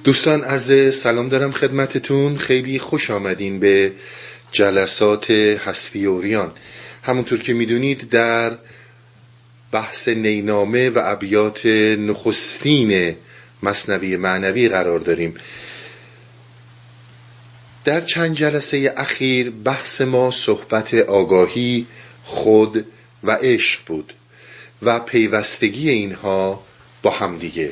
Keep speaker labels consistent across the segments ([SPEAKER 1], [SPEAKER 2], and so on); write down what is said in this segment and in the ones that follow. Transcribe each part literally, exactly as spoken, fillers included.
[SPEAKER 1] دوستان عرض سلام دارم خدمتتون. خیلی خوش آمدین به جلسات هستی عریان. همونطور که میدونید در بحث نینامه و ابیات نخستین مثنوی معنوی قرار داریم. در چند جلسه اخیر بحث ما صحبت آگاهی، خود و عشق بود و پیوستگی اینها با همدیگه.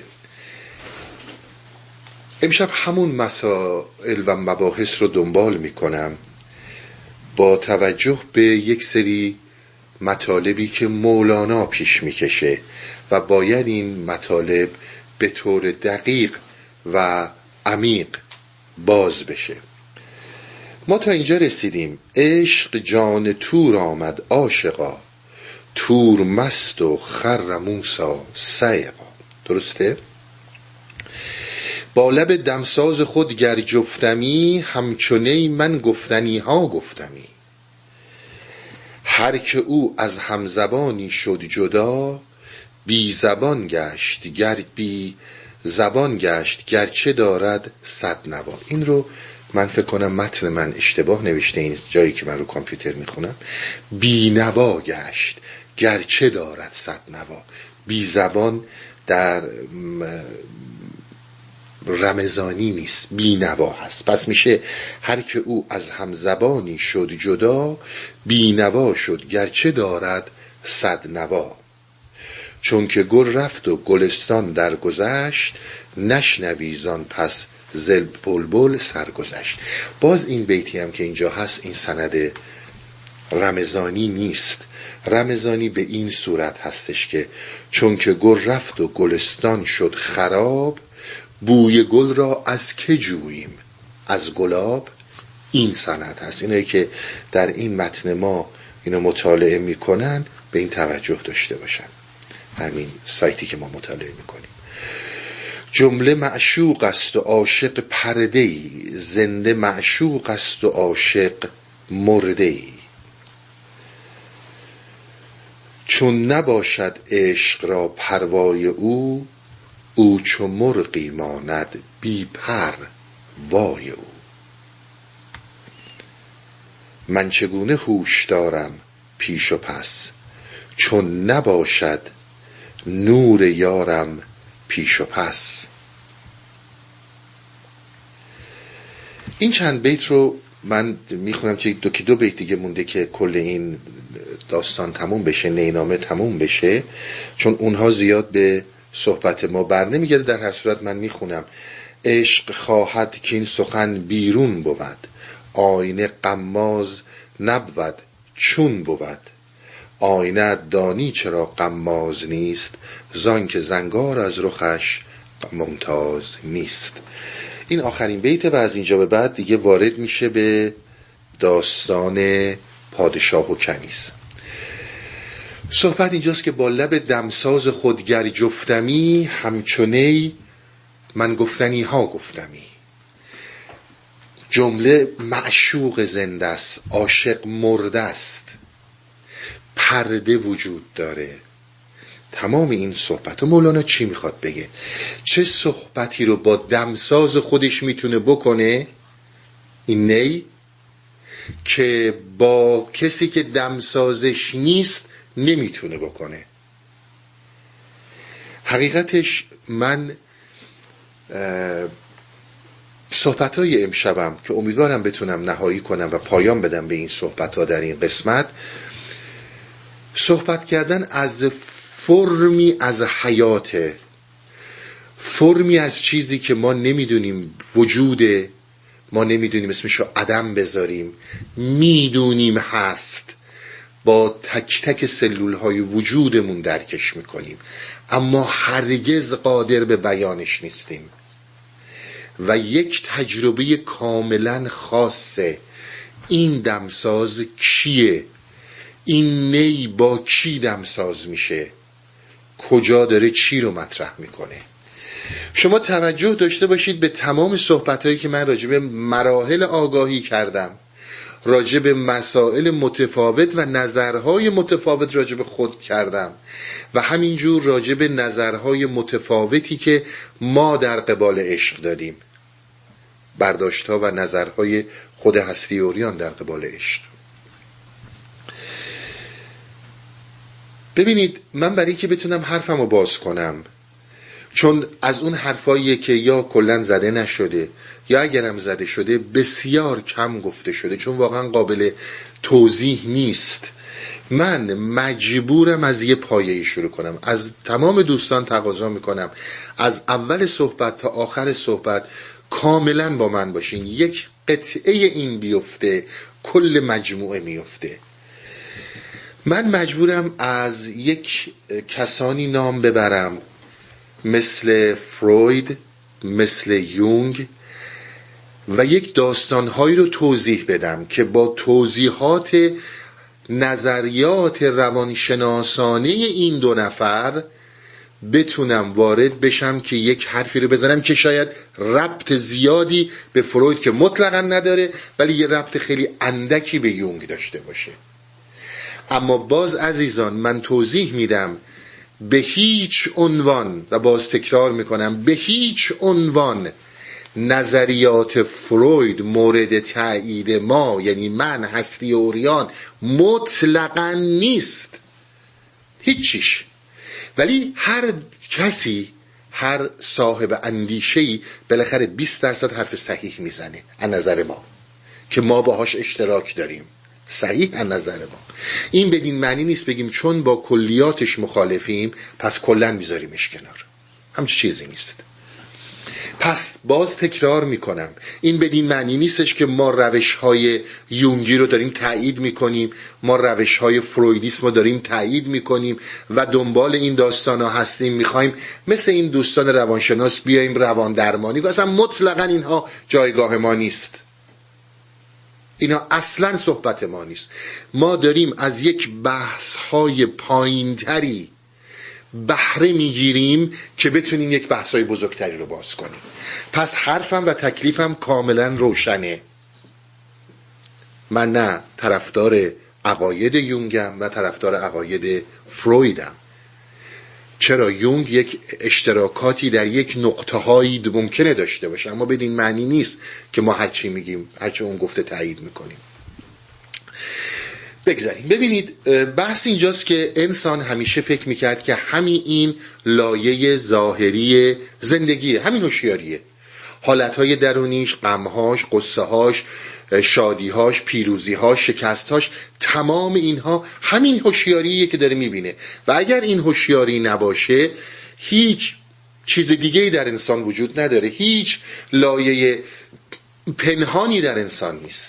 [SPEAKER 1] امشب همون مسائل و مباحث رو دنبال میکنم با توجه به یک سری مطالبی که مولانا پیش میکشه و باید این مطالب به طور دقیق و عمیق باز بشه. ما تا اینجا رسیدیم: عشق جان تور آمد عاشقا، تور مست و خر موسی صیقا. درسته؟ با لب دمساز خود گر جفتمی، همچنین من گفتنی ها گفتمی. هر که او از همزبانی شد جدا، بی زبان گشت گر بی زبان گشت گرچه دارد صد نوا. این رو من فکر کنم متن من اشتباه نوشته، این جایی که من رو کامپیوتر میخونم بی نوا گشت گرچه دارد صد نوا. بی زبان در رمزانی نیست، بی نوا هست. پس میشه هر که او از همزبانی شد جدا، بی نوا شد گرچه دارد صد نوا. چون که گل رفت و گلستان درگذشت، نشنوی زان پس زل بلبل سرگذشت. باز این بیتی هم که اینجا هست این سند رمزانی نیست. رمزانی به این صورت هستش که چون که گل رفت و گلستان شد خراب، بوی گل را از که جوییم؟ از گلاب. این سند هست. اینایی که در این متن ما اینو مطالعه میکنن به این توجه داشته باشن. همین سایتی که ما مطالعه میکنیم. جمله معشوق است و عاشق پرده‌ای، زنده معشوق است و عاشق مرده‌ای. چون نباشد عشق را پروای او، او چو مرغی ماند بی پر وای او. من چگونه هوش دارم پیش و پس، چون نباشد نور یارم پیش و پس. این چند بیت رو من میخونم چه دو که دو بیت دیگه مونده که کل این داستان تموم بشه، نینامه تموم بشه، چون اونها زیاد به صحبت ما بر نمیگرده. در هر صورت من میخونم: عشق خواهد که این سخن بیرون بود، آینه غماز نبود چون بود. آینه دانی چرا غماز نیست، زان که زنگار از رخش ممتاز نیست. این آخرین بیته و از اینجا به بعد دیگه وارد میشه به داستان پادشاه و کنیز. صحبت اینجاست که با لب دمساز خود گر جفتمی، همچنین من گفتنی ها گفتمی. جمله معشوق زنده است، عاشق مرده است، پرده وجود داره. تمام این صحبت مولانا چی میخواد بگه؟ چه صحبتی رو با دمساز خودش میتونه بکنه این نی که با کسی که دمسازش نیست نمیتونه بکنه. حقیقتش من صحبت‌های امشبم که امیدوارم بتونم نهایی کنم و پایان بدم به این صحبت‌ها در این قسمت، صحبت کردن از فرمی از حیات، فرمی از چیزی که ما نمیدونیم وجوده، ما نمیدونیم اسمشو عدم بذاریم، میدونیم هست، با تک تک سلول های وجودمون درکش میکنیم، اما هرگز قادر به بیانش نیستیم. و یک تجربه کاملا خاصه. این دمساز کیه؟ این نی با کی دمساز میشه؟ کجا داره چی رو مطرح میکنه؟ شما توجه داشته باشید به تمام صحبتهایی که من راجع به مراحل آگاهی کردم، راجع به مسائل متفاوت و نظرهای متفاوت راجع به خود کردم و همینجور راجع به نظرهای متفاوتی که ما در قبال عشق دادیم. برداشت‌ها و نظرهای خود هستی عریان در قبال عشق. ببینید، من برای که بتونم حرفمو باز کنم، چون از اون حرفاییه که یا کلن زده نشده یا اگرم زده شده بسیار کم گفته شده، چون واقعا قابل توضیح نیست، من مجبورم از یه پایه‌ای شروع کنم. از تمام دوستان تقاضا میکنم از اول صحبت تا آخر صحبت کاملا با من باشین. یک قطعه این بیفته کل مجموعه میفته. من مجبورم از یک کسانی نام ببرم مثل فروید، مثل یونگ، و یک داستانهایی رو توضیح بدم که با توضیحات نظریات روانشناسانه این دو نفر بتونم وارد بشم که یک حرفی رو بزنم که شاید ربط زیادی به فروید که مطلقا نداره، ولی یه ربط خیلی اندکی به یونگ داشته باشه. اما باز عزیزان من توضیح میدم، به هیچ عنوان، و باز تکرار میکنم، به هیچ عنوان نظریات فروید مورد تأیید ما، یعنی من هستی عریان، مطلقا نیست، هیچیش. ولی هر کسی، هر صاحب اندیشه‌ای بالاخره بیست درصد حرف صحیح میزنه از نظر ما که ما باهاش اشتراک داریم. صحیح از نظر ما. این بدین معنی نیست بگیم چون با کلیاتش مخالفیم پس کلن میذاریمش کنار، همچه چیزی نیست. پس باز تکرار میکنم، این بدین معنی نیستش که ما روش‌های یونگی رو داریم تایید میکنیم، ما روش‌های فرویدیسم رو داریم تایید میکنیم و دنبال این داستانا هستیم، میخوایم مثل این دوستان روانشناس بیایم روان درمانی و اصلا مطلقا اینها جایگاه ما نیست. اینا اصلا صحبت ما نیست. ما داریم از یک بحث‌های پایین‌تری بهره میگیریم که بتونیم یک بحث‌های بزرگتری رو باز کنیم. پس حرفم و تکلیفم کاملا روشنه. من نه طرفدار عقاید یونگم و طرفدار عقاید فرویدم. چرا؟ یونگ یک اشتراکاتی در یک نقطه‌هایی ممکنه داشته باشه، اما بدین معنی نیست که ما هرچی میگیم، هرچی اون گفته تایید میکنیم. بگذاریم. ببینید، بحث اینجاست که انسان همیشه فکر میکرد که همین این لایه ظاهری زندگیه، همین هوشیاریه، حالتهای درونیش، غمهاش، قصه‌هاش، شادیهاش، پیروزیهاش، شکستهاش، تمام اینها همین هوشیاریه که داره میبینه. و اگر این هوشیاری نباشه هیچ چیز دیگه‌ای در انسان وجود نداره، هیچ لایه پنهانی در انسان نیست.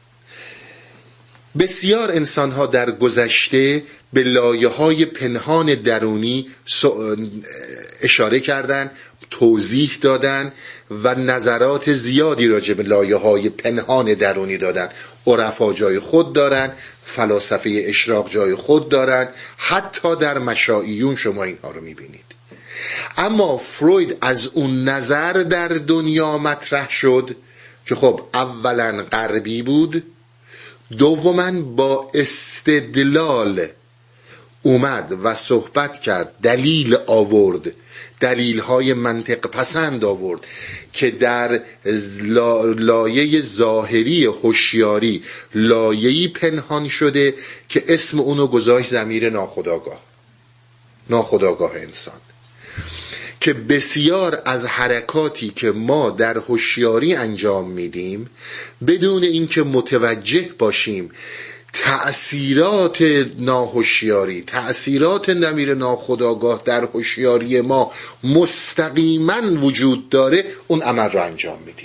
[SPEAKER 1] بسیار انسان‌ها در گذشته به لایه‌های پنهان درونی اشاره کردن، توضیح دادن و نظرات زیادی راجع به لایه‌های پنهان درونی دادن. عرفا جای خود دارن، فلاسفه اشراق جای خود دارن، حتی در مشائیون شما اینها رو می‌بینید. اما فروید از اون نظر در دنیا مطرح شد که خب اولا غربی بود، دوما با استدلال اومد و صحبت کرد، دلیل آورد، دلیل‌های منطق پسند آورد که در لایه ظاهری هوشیاری لایه‌ای پنهان شده که اسم اونو گذاشت ضمیر ناخودآگاه، ناخودآگاه انسان، که بسیار از حرکاتی که ما در هوشیاری انجام میدیم بدون اینکه متوجه باشیم تأثیرات ناهوشیاری، تأثیرات ضمیر ناخودآگاه در هوشیاری ما مستقیما وجود داره، اون عمل رو انجام میدیم.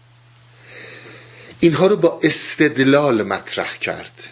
[SPEAKER 1] اینها رو با استدلال مطرح کرد.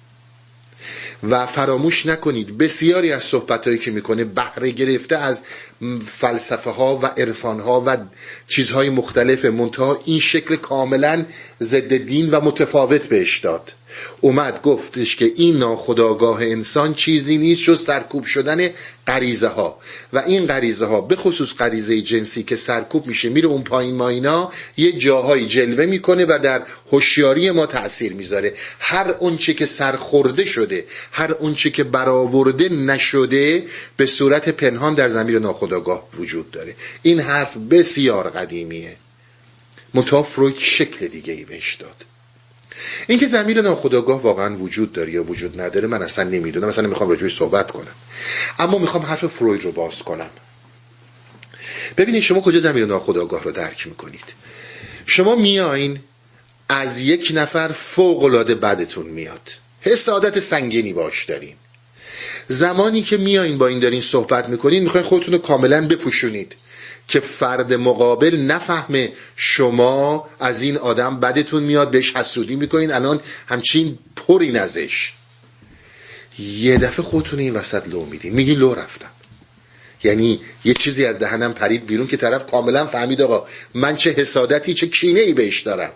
[SPEAKER 1] و فراموش نکنید بسیاری از صحبتایی که میکنه بهره گرفته از فلسفه ها و عرفان ها و چیزهای مختلف، منتها این شکل کاملا ضد دین و متفاوت بهش داد. اومد گفتش که این ناخودآگاه انسان چیزی نیست جز سرکوب شدن غریزه ها، و این غریزه ها به خصوص غریزه جنسی که سرکوب میشه میره اون پایین ماینا یه جاهایی جلوه میکنه و در هوشیاری ما تأثیر میذاره. هر اونچه که سرخورده شده، هر اونچه که برآورده نشده به صورت پنهان در ضمیر ناخودآگاه وجود داره. این حرف بسیار قدیمیه، منتها فروید شکل دیگه ای بهش داد. اینکه ضمیر ناخودآگاه واقعا وجود داره یا وجود نداره من اصلا نمیدونم، اصلا نمیخوام راجعش صحبت کنم، اما میخوام حرف فروید رو باز کنم. ببینید شما کجا ضمیر ناخودآگاه رو درک میکنید؟ شما میاین از یک نفر فوق العاده بدتون میاد، حسادت سنگینی باش دارین، زمانی که میاین با این دارین صحبت میکنین میخواین خودتون رو کاملا بپوشونید که فرد مقابل نفهمه شما از این آدم بدتون میاد، بهش حسودی میکنین، الان همچین پرین ازش. یه دفعه خودتون این وسط لو میدین، میگین لو رفتم، یعنی یه چیزی از دهنم پرید بیرون که طرف کاملا فهمید آقا من چه حسادتی چه کینه ای بهش دارم.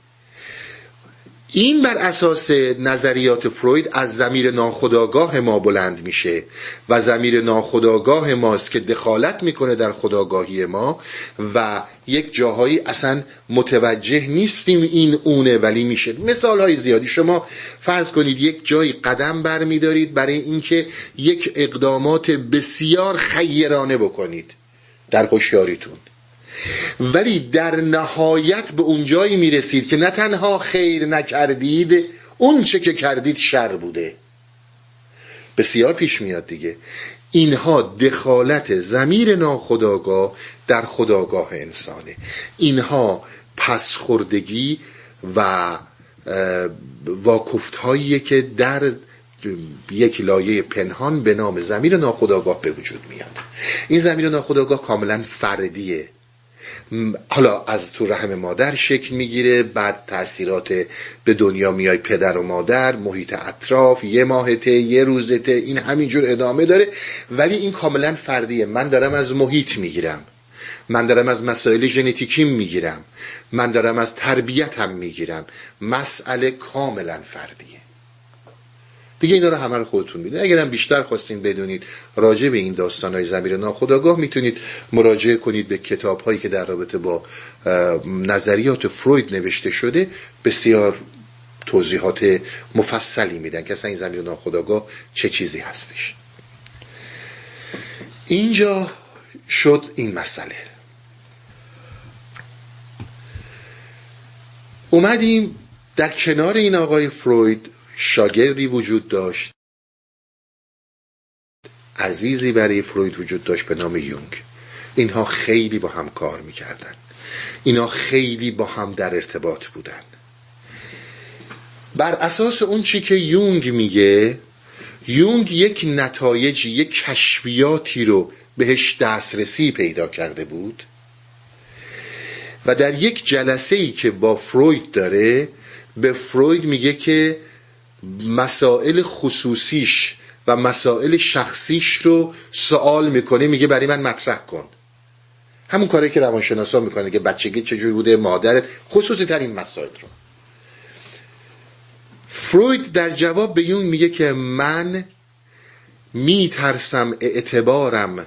[SPEAKER 1] این بر اساس نظریات فروید از ضمیر ناخودآگاه ما بلند میشه و ضمیر ناخودآگاه ماست که دخالت میکنه در خودآگاهی ما و یک جاهایی اصلا متوجه نیستیم این اونه ولی میشه. مثال های زیادی، شما فرض کنید یک جایی قدم بر میدارید برای اینکه یک اقدامات بسیار خیرانه بکنید در هوشیاریتون، ولی در نهایت به اون جایی میرسید که نه تنها خیر نکردید، اون چه که کردید شر بوده. بسیار پیش میاد دیگه. اینها دخالت ضمیر ناخودآگاه در خودآگاه انسانه. اینها پسخوردگی و واکفتهاییه که در یک لایه پنهان به نام ضمیر ناخودآگاه به وجود میاد. این ضمیر ناخودآگاه کاملا فردیه، حالا از تو رحم مادر شکل میگیره، بعد تأثیرات به دنیا میای پدر و مادر، محیط اطراف، یه ماهته یه روزته، این همینجور ادامه داره، ولی این کاملا فردیه. من دارم از محیط میگیرم، من دارم از مسائل ژنتیکیم میگیرم، من دارم از تربیتم میگیرم، مسئله کاملا فردیه دیگه. اینا رو همه رو خودتون میدونید. اگرم بیشتر خواستین بدونید راجع به این داستان‌های ضمیر ناخودآگاه میتونید مراجعه کنید به کتاب‌هایی که در رابطه با نظریات فروید نوشته شده، بسیار توضیحات مفصلی میدن که اصلا این ضمیر ناخودآگاه چه چیزی هستش. اینجا شد این مسئله. اومدیم در کنار این آقای فروید شاگردی وجود داشت، عزیزی برای فروید وجود داشت به نام یونگ. اینها خیلی با هم کار میکردن، اینها خیلی با هم در ارتباط بودن. بر اساس اون چی که یونگ میگه، یونگ یک نتایجی، یک کشفیاتی رو بهش دسترسی پیدا کرده بود و در یک جلسه‌ای که با فروید داره به فروید میگه که مسائل خصوصیش و مسائل شخصیش رو سوال میکنه، میگه برای من مطرح کن. همون کاری که روانشناسا میکنه که بچگی چجوری بوده، مادرت، خصوصی ترین مسائل رو. فروید در جواب به یونگ میگه که من میترسم اعتبارم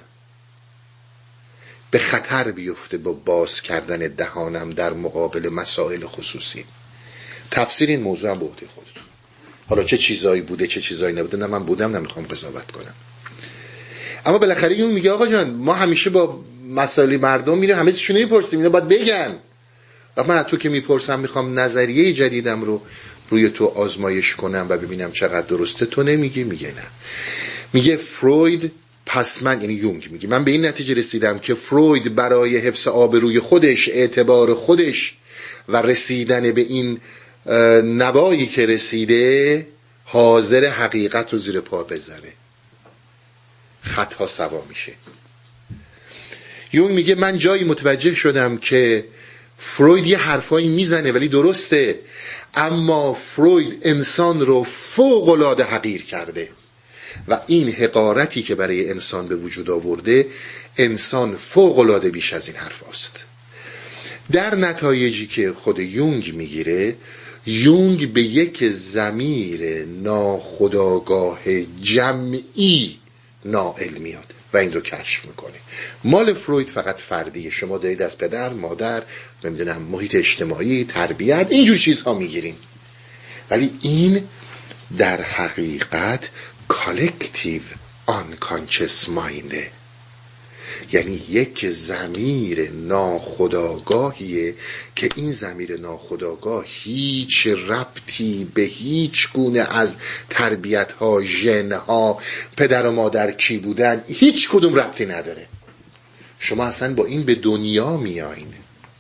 [SPEAKER 1] به خطر بیفته با باز کردن دهانم در مقابل مسائل خصوصی. تفسیر این موضوع هم به عهده خودتون. حالا چه چیزایی بوده چه چیزایی نبوده، نه من بودم نمیخوام قضاوت کنم، اما بالاخره اون میگه آقا جان ما همیشه با مسائل مردم میریم همه چیشونو میپرسیم، اینا باید بگن. و من تو که میپرسم میخوام نظریه جدیدم رو روی تو آزمایش کنم و ببینم چقدر درسته، تو نمیگی. میگه نه. میگه فروید، پس من، یعنی یونگ میگه، من به این نتیجه رسیدم که فروید برای حفظ آبروی خودش، اعتبار خودش و رسیدن به این نوایی که رسیده حاضر حقیقت رو زیر پا بذاره، خطا سوا میشه. یونگ میگه من جایی متوجه شدم که فروید یه حرفایی میزنه ولی درسته، اما فروید انسان رو فوق العاده حقیر کرده و این حقارتی که برای انسان به وجود آورده، انسان فوق العاده بیش از این حرف است. در نتایجی که خود یونگ میگیره، یونگ به یک ضمیر ناخودآگاه جمعی نائل میاد و این رو کشف میکنه. مال فروید فقط فردیه، شما دارید از پدر، مادر، نمیدونم محیط اجتماعی، تربیت، اینجور چیزها میگیرین، ولی این در حقیقت کالکتیو آنکانشس ماینده. یعنی یک ضمیر ناخودآگاهیه که این ضمیر ناخودآگاه هیچ ربطی به هیچ گونه از تربیت ها، ژن ها، پدر و مادر کی بودن، هیچ کدوم ربطی نداره. شما اصلا با این به دنیا میایین.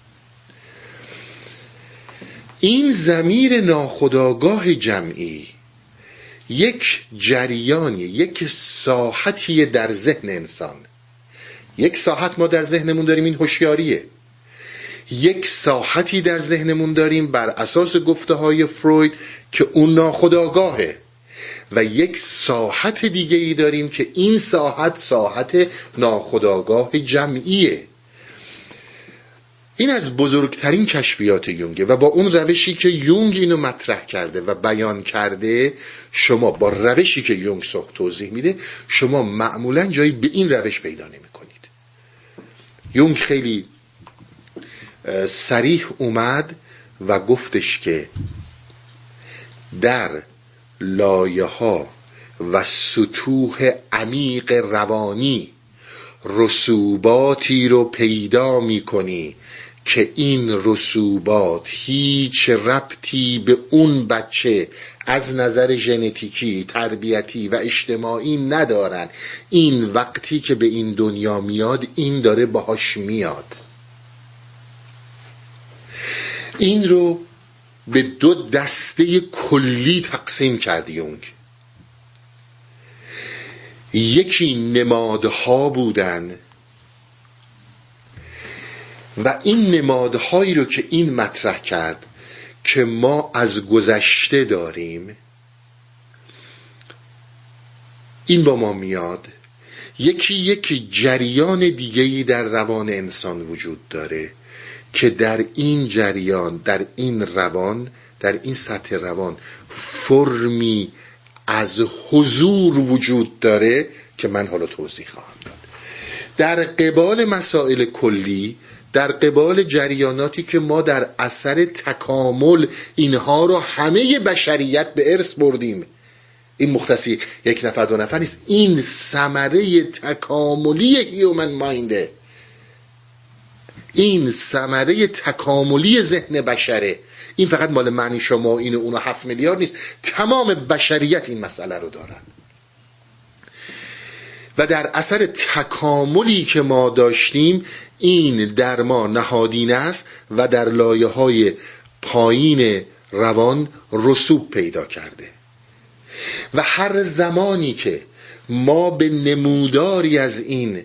[SPEAKER 1] این ضمیر ناخودآگاه جمعی یک جریانی، یک ساحتی در ذهن انسان. یک ساحت ما در ذهنمون داریم، این هوشیاریه. یک ساحتی در ذهنمون داریم بر اساس گفته های فروید که اون ناخودآگاهه، و یک ساحت دیگه ای داریم که این ساحت ساحت ناخودآگاه جمعیه. این از بزرگترین کشفیات یونگه و با اون روشی که یونگ اینو مطرح کرده و بیان کرده، شما با روشی که یونگ توضیح میده شما معمولا جایی به این روش پیدا نمی کنید. یونگ خیلی صریح اومد و گفتش که در لایه ها و سطوح عمیق روانی رسوباتی رو پیدا میکنی که این رسوبات هیچ ربطی به اون بچه از نظر ژنتیکی، تربیتی و اجتماعی ندارن. این وقتی که به این دنیا میاد این داره باهاش میاد. این رو به دو دسته کلی تقسیم کرد یونگ. یکی نمادها بودن و این نمادهایی رو که این مطرح کرد که ما از گذشته داریم، این با ما میاد. یکی یک جریان دیگه‌ای در روان انسان وجود داره که در این جریان، در این روان، در این سطح روان فرمی از حضور وجود داره که من حالا توضیح خواهم داد. در قبال مسائل کلی، در قبال جریاناتی که ما در اثر تکامل اینها رو همه بشریت به ارث بردیم، این مختصی یک نفر دو نفر نیست، این ثمره تکاملی هیومن ماینده، این ثمره تکاملی ذهن بشره. این فقط مال معنی شما این و اون و هفت میلیارد نیست، تمام بشریت این مسئله رو دارن و در اثر تکاملی که ما داشتیم این در ما نهادینه است و در لایه های پایین روان رسوب پیدا کرده و هر زمانی که ما به نموداری از این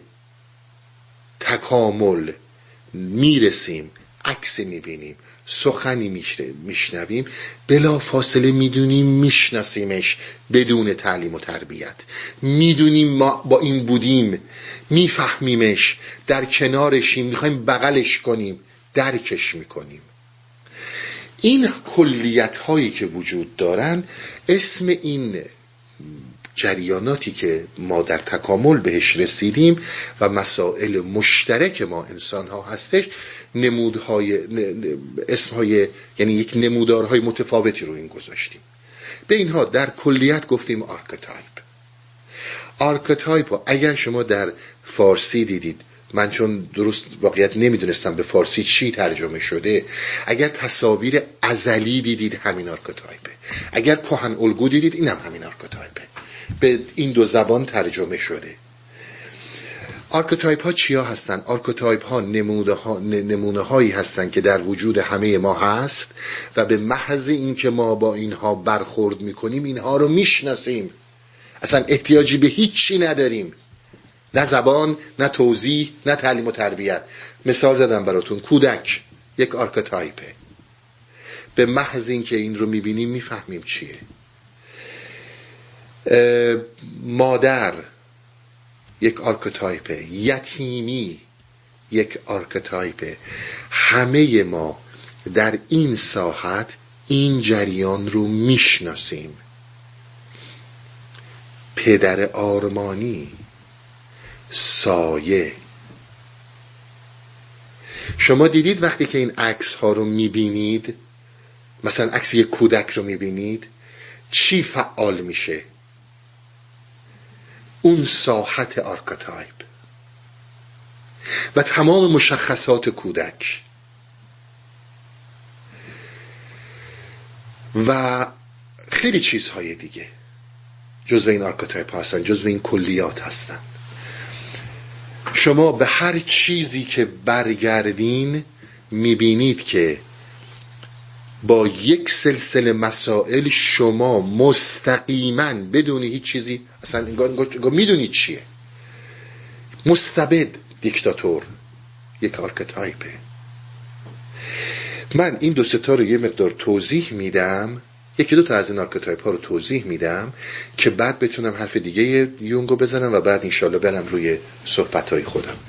[SPEAKER 1] تکامل میرسیم، عکس میبینیم، سخنی میشنویم، بلا فاصله میدونیم میشناسیمش بدون تعلیم و تربیت، میدونیم ما با این بودیم، میفهمیمش، در کنارشیم، میخوایم بغلش کنیم، درکش میکنیم. این کلیت هایی که وجود دارن اسم این جریاناتی که ما در تکامل بهش رسیدیم و مسائل مشترک ما انسان ها هستش، نمودهای اسمهای، یعنی یک نمودارهای متفاوتی رو این گذاشتیم. به اینها در کلیت گفتیم آرکتایپ. آرکتایپ اگر شما در فارسی دیدید، من چون درست واقعیت نمیدونستم به فارسی چی ترجمه شده، اگر تصاویر ازلی دیدید همین آرکتایپه، اگر کهن الگو دیدید این هم همین آرکتایپه، به این دو زبان ترجمه شده. آرکتایپ ها چیا هستن؟ آرکتایپ ها نمونه, ها نمونه هایی هستن که در وجود همه ما هست و به محض این که ما با اینها برخورد میکنیم اینها رو میشناسیم، اصلا احتیاجی به هیچی نداریم، نه زبان، نه توضیح، نه تعلیم و تربیت. مثال زدم براتون، کودک یک آرکتایپه، به محض این که این رو میبینیم میفهمیم چیه. مادر یک آرکتایپه، یتیمی یک آرکتایپه. همه ما در این ساحت این جریان رو میشناسیم. پدر آرمانی، سایه. شما دیدید وقتی که این عکس ها رو میبینید، مثلا عکس یک کودک رو میبینید، چی فعال میشه؟ اون ساحت آرکتایپ. و تمام مشخصات کودک و خیلی چیزهای دیگه جزو این آرکتایپ هستن، جزو این کلیات هستن. شما به هر چیزی که برگردین میبینید که با یک سلسله مسائل شما مستقیما بدون هیچ چیزی اصلا انگار, انگار میدونید چیه. مستبد، دیکتاتور یک آرکتایپه. من این دو سه تا رو یه مقدار توضیح میدم، یکی دو تا از این آرکتایپ ها رو توضیح میدم که بعد بتونم حرف دیگه یونگو بزنم و بعد انشالله برم روی صحبت های خودم.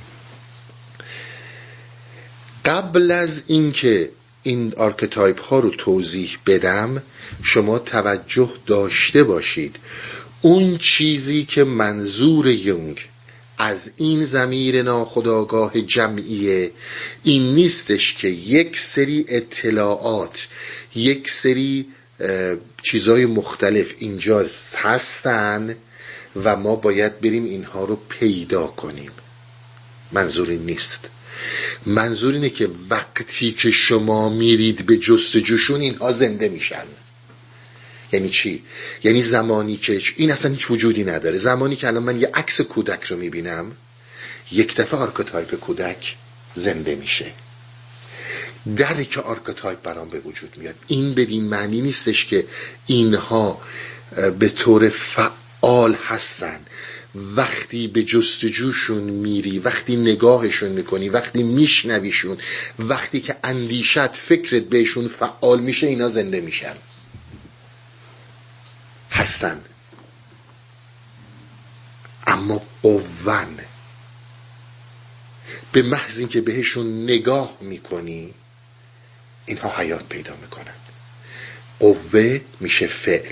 [SPEAKER 1] قبل از اینکه این آرکتایپ ها رو توضیح بدم شما توجه داشته باشید اون چیزی که منظور یونگ از این ضمیر ناخودآگاه جمعیه این نیستش که یک سری اطلاعات، یک سری چیزای مختلف اینجا هستن و ما باید بریم اینها رو پیدا کنیم. منظور این نیست. منظور اینه که وقتی که شما میرید به جستجوشون اینها زنده میشن. یعنی چی؟ یعنی زمانی که این اصلا هیچ وجودی نداره، زمانی که الان من یه عکس کودک رو میبینم یک دفعه آرکتایپ کودک زنده میشه، درک آرکتایپ برام به وجود میاد. این بدین معنی نیستش که اینها به طور فعال هستن. وقتی به جستجوشون میری، وقتی نگاهشون میکنی، وقتی میشنویشون، وقتی که اندیشت، فکرت بهشون فعال میشه، اینا زنده میشن، هستن. اما قوون به محض اینکه بهشون نگاه میکنی اینها حیات پیدا میکنن. قوه میشه فعل.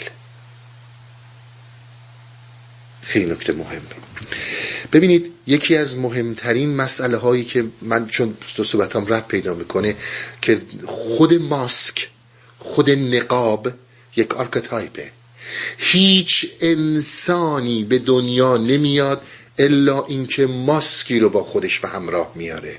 [SPEAKER 1] خیلی نکته مهمه. ببینید یکی از مهمترین مسئله هایی که من چون صحبتام ربط پیدا میکنه که خود ماسک، خود نقاب یک آرکتایپه. هیچ انسانی به دنیا نمیاد الا اینکه ماسکی رو با خودش به همراه میاره،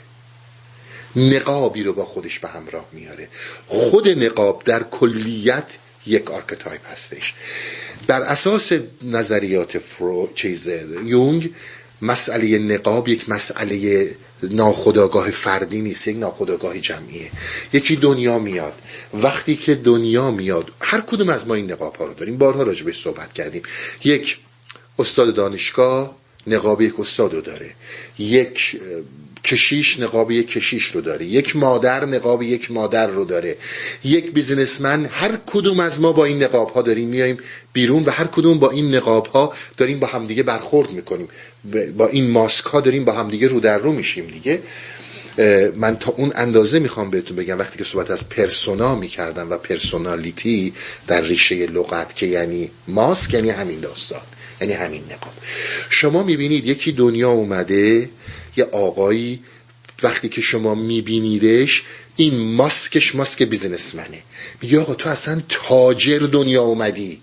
[SPEAKER 1] نقابی رو با خودش به همراه میاره. خود نقاب در کلیت یک آرکتایپ هستش. بر اساس نظریات فرو چیز یونگ مسئله نقاب یک مسئله ناخودآگاه فردی نیست، یک ناخودآگاه جمعیه. یکی دنیا میاد، وقتی که دنیا میاد هر کدوم از ما این نقاب ها رو داریم، بارها راجبش صحبت کردیم. یک استاد دانشگاه نقاب یک استاد رو داره، یک کشیش نقاب یک کشیش رو داره، یک مادر نقاب یک مادر رو داره، یک بیزینسمن. هر کدوم از ما با این نقاب ها داریم میاییم بیرون و هر کدوم با این نقاب ها داریم با همدیگه برخورد میکنیم، با این ماسک ها داریم با همدیگه رو در رو میشیم دیگه. من تا اون اندازه میخوام بهتون بگم وقتی که صحبت از پرسونا میکردم و پرسونالیتی در ریشه لغت که یعنی ماسک، یعنی همین داستان، یعنی همین نقاب. شما میبینید یکی دنیا اومده، یه آقایی وقتی که شما میبینیدش این ماسکش ماسک بیزینسمنه، میگه آقا تو اصلا تاجر دنیا اومدی.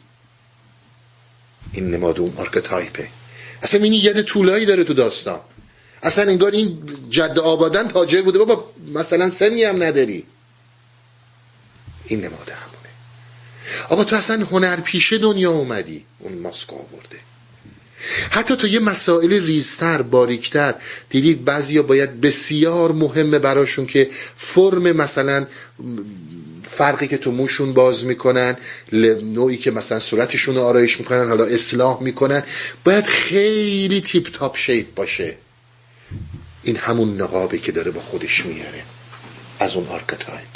[SPEAKER 1] این نماد اون آرکتایپه. اصلا اینی ید طولایی داره تو داستان، اصلا انگار این جد آبادان تاجر بوده، بابا مثلا سنی هم نداری. این نماد همونه. آقا تو اصلا هنرپیشه دنیا اومدی، اون ماسک آورده. حتی تو یه مسائل ریزتر، باریکتر دیدید بعضیا باید بسیار مهمه براشون که فرم مثلا فرقی که تو موشون باز میکنن، نوعی که مثلا صورتشون رو آرایش میکنن، حالا اصلاح میکنن، باید خیلی تیپ تاپ شیپ باشه. این همون نقابی که داره با خودش میاره از اون آرکتایپ.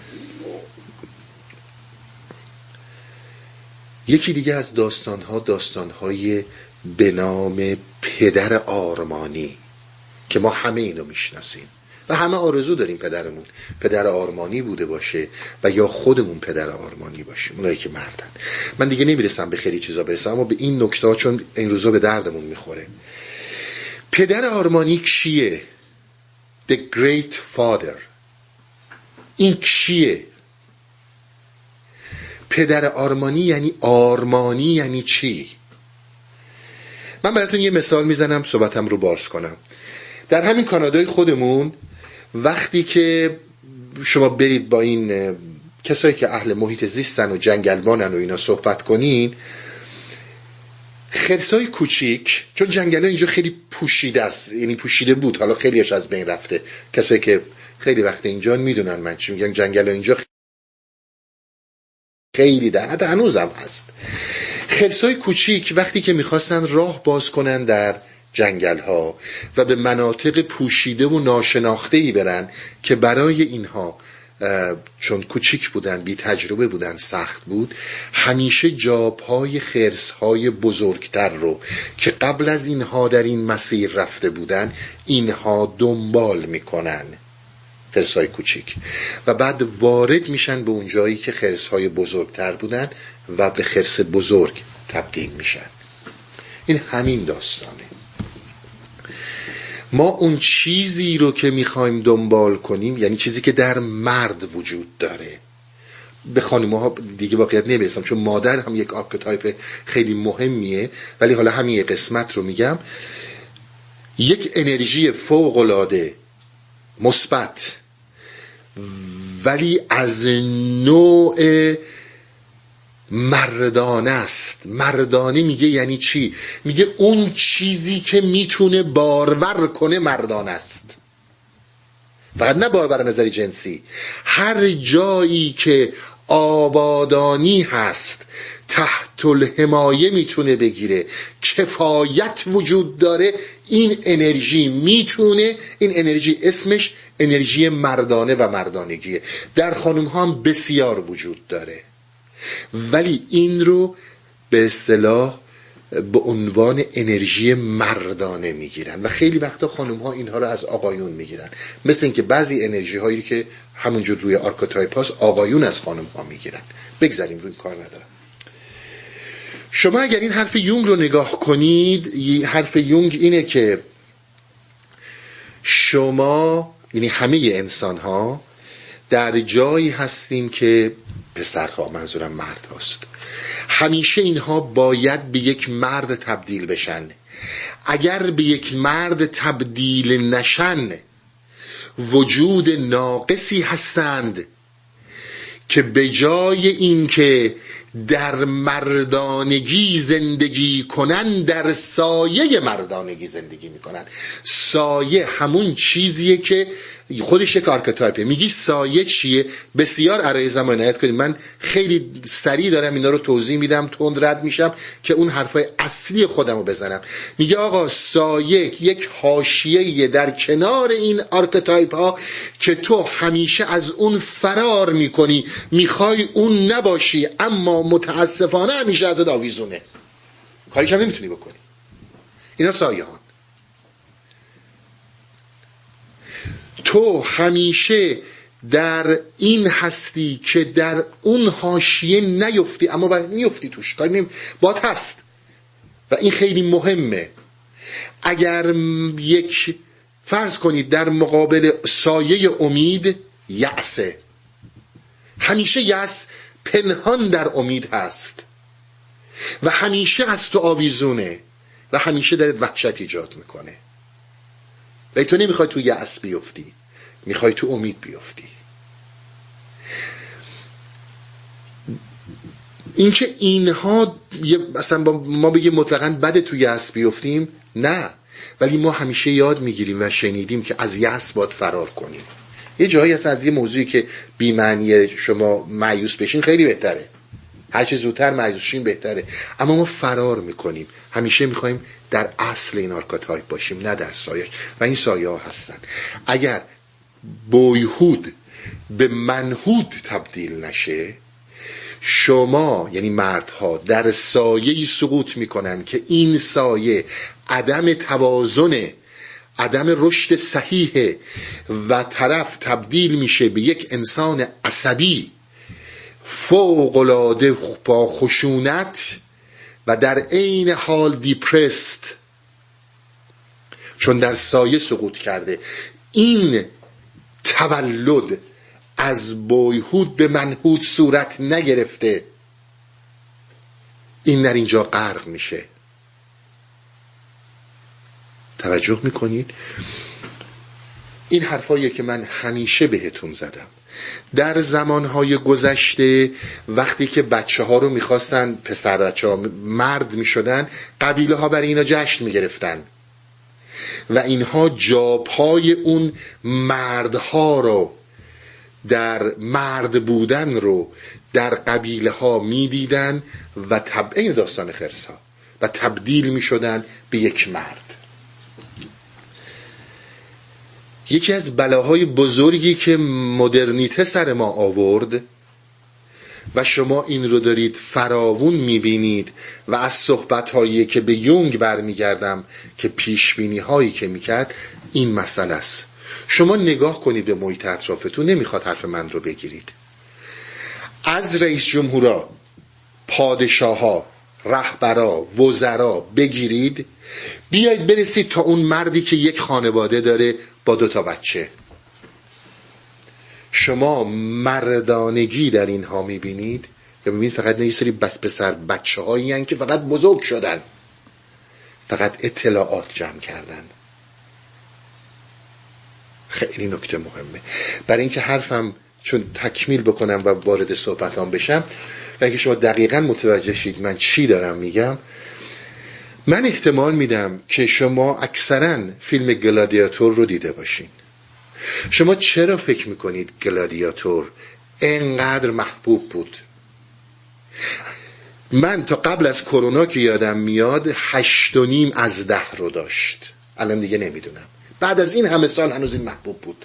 [SPEAKER 1] یکی دیگه از داستانها داستانهای به نام پدر آرمانی که ما همه اینو میشناسیم و همه آرزو داریم پدرمون پدر آرمانی بوده باشه و یا خودمون پدر آرمانی باشیم، اونایی که مردن. من دیگه نمیرسم به خیلی چیزا برسم، اما به این نکته ها چون این روزا به دردمون میخوره. پدر آرمانی کیه؟ The Great Father. این کیه؟ پدر آرمانی یعنی آرمانی یعنی چی؟ من براتون یه مثال میزنم صحبتم رو باز کنم. در همین کانادای خودمون وقتی که شما برید با این کسایی که اهل محیط زیستن و جنگلمانن و اینا صحبت کنین، خرسای کوچیک، چون جنگل ها اینجا خیلی پوشیده است، یعنی پوشیده بود، حالا خیلیش از بین رفته، کسایی که خیلی وقت اینجا میدونن من چی میگم، جنگل ها اینجا خیلی در حتی هنوزم هست. خرسای کوچیک وقتی که میخواستن راه باز کنن در جنگل ها و به مناطق پوشیده و ناشناخته‌ای برن که برای اینها چون کوچیک بودن، بی تجربه بودن، سخت بود، همیشه جابهای خرسهای بزرگتر رو که قبل از اینها در این مسیر رفته بودن اینها دنبال میکنن، خرسهای کوچیک، و بعد وارد میشن به اون جایی که خرسهای بزرگتر بودن و به خرس بزرگ تبدیل میشن. این همین داستانه. ما اون چیزی رو که میخوایم دنبال کنیم، یعنی چیزی که در مرد وجود داره، به خانم‌ها دیگه واقعیت نمیرسم چون مادر هم یک آرکتایپ خیلی مهمیه، ولی حالا همین قسمت رو میگم. یک انرژی فوق‌العاده مثبت ولی از نوع مردانه است. مردانه میگه یعنی چی؟ میگه اون چیزی که میتونه بارور کنه مردانه است، فقط نه بارور نظری جنسی. هر جایی که آبادانی هست، تحت الحمایه میتونه بگیره، کفایت وجود داره، این انرژی میتونه، این انرژی اسمش انرژی مردانه و مردانگیه. در خانم ها هم بسیار وجود داره، ولی این رو به اصطلاح به عنوان انرژی مردانه میگیرن و خیلی وقتا خانم ها اینها رو از آقایون میگیرن، مثل اینکه بعضی انرژی هایی که همونجور روی آرکتایپ هاست آقایون از خانم ها میگیرن. بگذاریم، روی کار ندارم. شما اگر این حرف یونگ رو نگاه کنید، حرف یونگ اینه که شما، یعنی همه انسان ها، در جایی هستیم که پسرها، منظورم مرد هست، همیشه اینها باید به یک مرد تبدیل بشن. اگر به یک مرد تبدیل نشن، وجود ناقصی هستند که به جای اینکه در مردانگی زندگی کنن، در سایه مردانگی زندگی میکنن. سایه همون چیزیه که خودش یک آرکتایپه. میگی سایه چیه؟ بسیار عرایض ما عنایت کنید، من خیلی سریع دارم اینا رو توضیح میدم، تند رد میشم که اون حرفای اصلی خودم رو بزنم. میگه آقا سایه یک حاشیه‌ای در کنار این آرکتایپ ها که تو همیشه از اون فرار میکنی، میخوای اون نباشی، اما متاسفانه همیشه ازت آویزونه، کاریش هم نمیتونی بکنی. اینا سایه ها. تو همیشه در این هستی که در اون حاشیه نیفتی، اما برای میفتی توش، کاری نمی بات هست و این خیلی مهمه. اگر یک فرض کنید در مقابل سایه امید یأسه، همیشه یأس پنهان در امید هست و همیشه از تو آویزونه و همیشه درت وحشت ایجاد میکنه و تو نمیخوای تو یأس بیفتی، میخوای تو امید بیفتی. اینکه اینها مثلا ما بگیم مطلقاً بده تو یأس بیفتیم، نه، ولی ما همیشه یاد میگیریم و شنیدیم که از یأس باید فرار کنیم. یه جایی هست از یه موضوعی که بی معنی شما مایوس بشین خیلی بهتره، هر چه زودتر مایوس شین بهتره، اما ما فرار میکنیم. همیشه میخوایم در اصل این آرکتایپ باشیم، نه در سایه، و این سایه ها هستن. اگر بویهود به منهود تبدیل نشه، شما یعنی مردها در سایه‌ای سقوط میکنن که این سایه عدم توازن، عدم رشد صحیح و طرف تبدیل میشه به یک انسان عصبی فوق‌العاده با خشونت و در عین حال دیپرست، چون در سایه سقوط کرده. این تولد از بویهود به منهود صورت نگرفته، این در اینجا غرق میشه. توجه میکنید؟ این حرفاییه که من همیشه بهتون زدم. در زمانهای گذشته وقتی که بچه ها رو میخواستن، پسر بچه ها مرد میشدن، قبیله ها برای اینا جشن میگرفتن و اینها جاپای اون مردها رو، در مرد بودن رو در قبیله ها میدیدن و تب... این داستان خرس ها، و تبدیل میشدن به یک مرد. یکی از بلاهای بزرگی که مدرنیته سر ما آورد و شما این رو دارید فراوون میبینید و از صحبت‌هایی که به یونگ برمیگردم که پیشبینی هایی که میکرد، این مسئله است. شما نگاه کنید به محیط اطرافتون، نمیخواد حرف من رو بگیرید، از رئیس جمهورا، پادشاها، رهبرا، وزرا بگیرید، بیایید برسید تا اون مردی که یک خانواده داره با دو تا بچه. شما مردانگی در اینها میبینید یا میبینید فقط یه سری بس پسر بچه هایی هن که فقط بزرگ شدن، فقط اطلاعات جمع کردن. خیلی نکته مهمه. برای اینکه حرفم چون تکمیل بکنم و وارد صحبتام بشم، برای اینکه شما دقیقاً متوجه شید من چی دارم میگم، من احتمال میدم که شما اکثراً فیلم گلادیاتور رو دیده باشین. شما چرا فکر میکنید گلادیاتور اینقدر محبوب بود؟ من تا قبل از کرونا که یادم میاد هشت و نیم از ده رو داشت، الان دیگه نمیدونم. بعد از این همه سال هنوز این محبوب بود.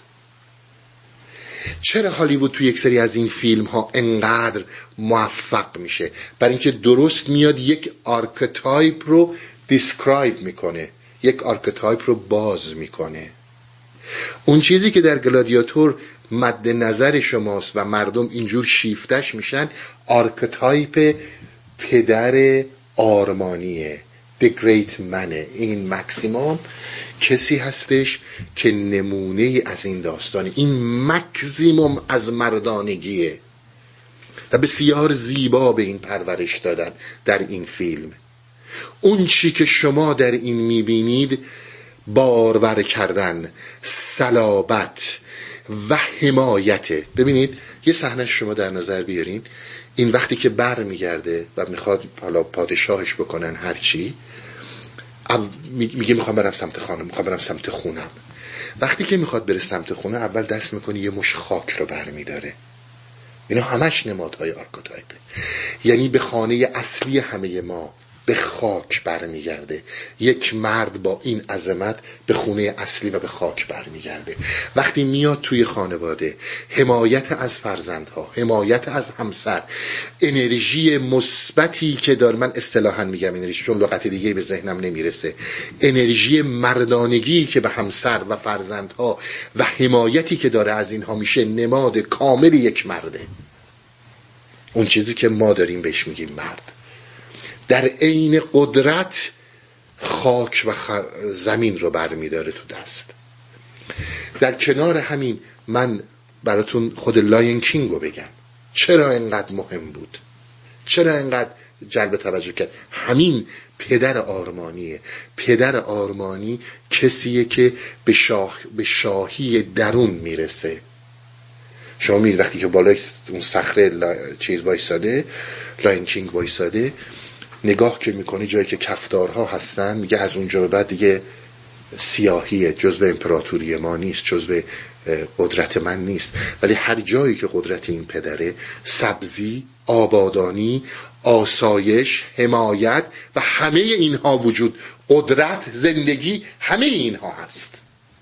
[SPEAKER 1] چرا هالیوود توی یک سری از این فیلم ها انقدر موفق میشه؟ برای اینکه درست میاد یک آرکتایپ رو دیسکرایب میکنه، یک آرکتایپ رو باز میکنه. اون چیزی که در گلادیاتور مد نظر شماست و مردم اینجور شیفتش میشن، آرکتایپ پدر آرمانیه، The Great Man. این مکسیموم کسی هستش که نمونه از این داستانه، این مکسیموم از مردانگیه و بسیار زیبا به این پرورش دادن در این فیلم. اون چی که شما در این میبینید، بارور کردن، صلابت و حمایته. ببینید یه صحنه شما در نظر بیارین، این وقتی که بر میگرده و میخواد حالا پادشاهش بکنن هرچی، میگه میخوام برم سمت خانم، میخوام برم سمت خونم. وقتی که میخواد بره سمت خونه، اول دست میکنه یه مش خاک رو بر میداره. اینا همش نمادهای آرکتایپه، یعنی به خانه اصلی همه ما، به خاک برمیگرده. یک مرد با این عظمت به خونه اصلی و به خاک برمیگرده. وقتی میاد توی خانواده، حمایت از فرزندها، حمایت از همسر، انرژی مثبتی که داره، من اصطلاحاً میگم انرژی چون لغت دیگه به ذهنم نمیرسه، انرژی مردانگی که به همسر و فرزندها و حمایتی که داره از اینها، میشه نماد کامل یک مرده. اون چیزی که ما داریم بهش میگیم مرد، در عین قدرت خاک و خ... زمین رو برمیداره تو دست. در کنار همین من براتون خود لاین کینگ رو بگم چرا اینقدر مهم بود، چرا اینقدر جلب توجه کرد. همین پدر آرمانیه. پدر آرمانی کسیه که به, شاه... به شاهی درون میرسه. شما میرید وقتی که بالای اون صخره لا... چیز وایساده، لاین کینگ وایساده، نگاه که میکنی جایی که کفدارها هستن، میگه از اونجا به بعد دیگه سیاهیه، جزو امپراتوری ما نیست، جزو قدرت من نیست. ولی هر جایی که قدرت این پدره، سبزی، آبادانی، آسایش، حمایت و همه اینها وجود، قدرت، زندگی، همه اینها هست.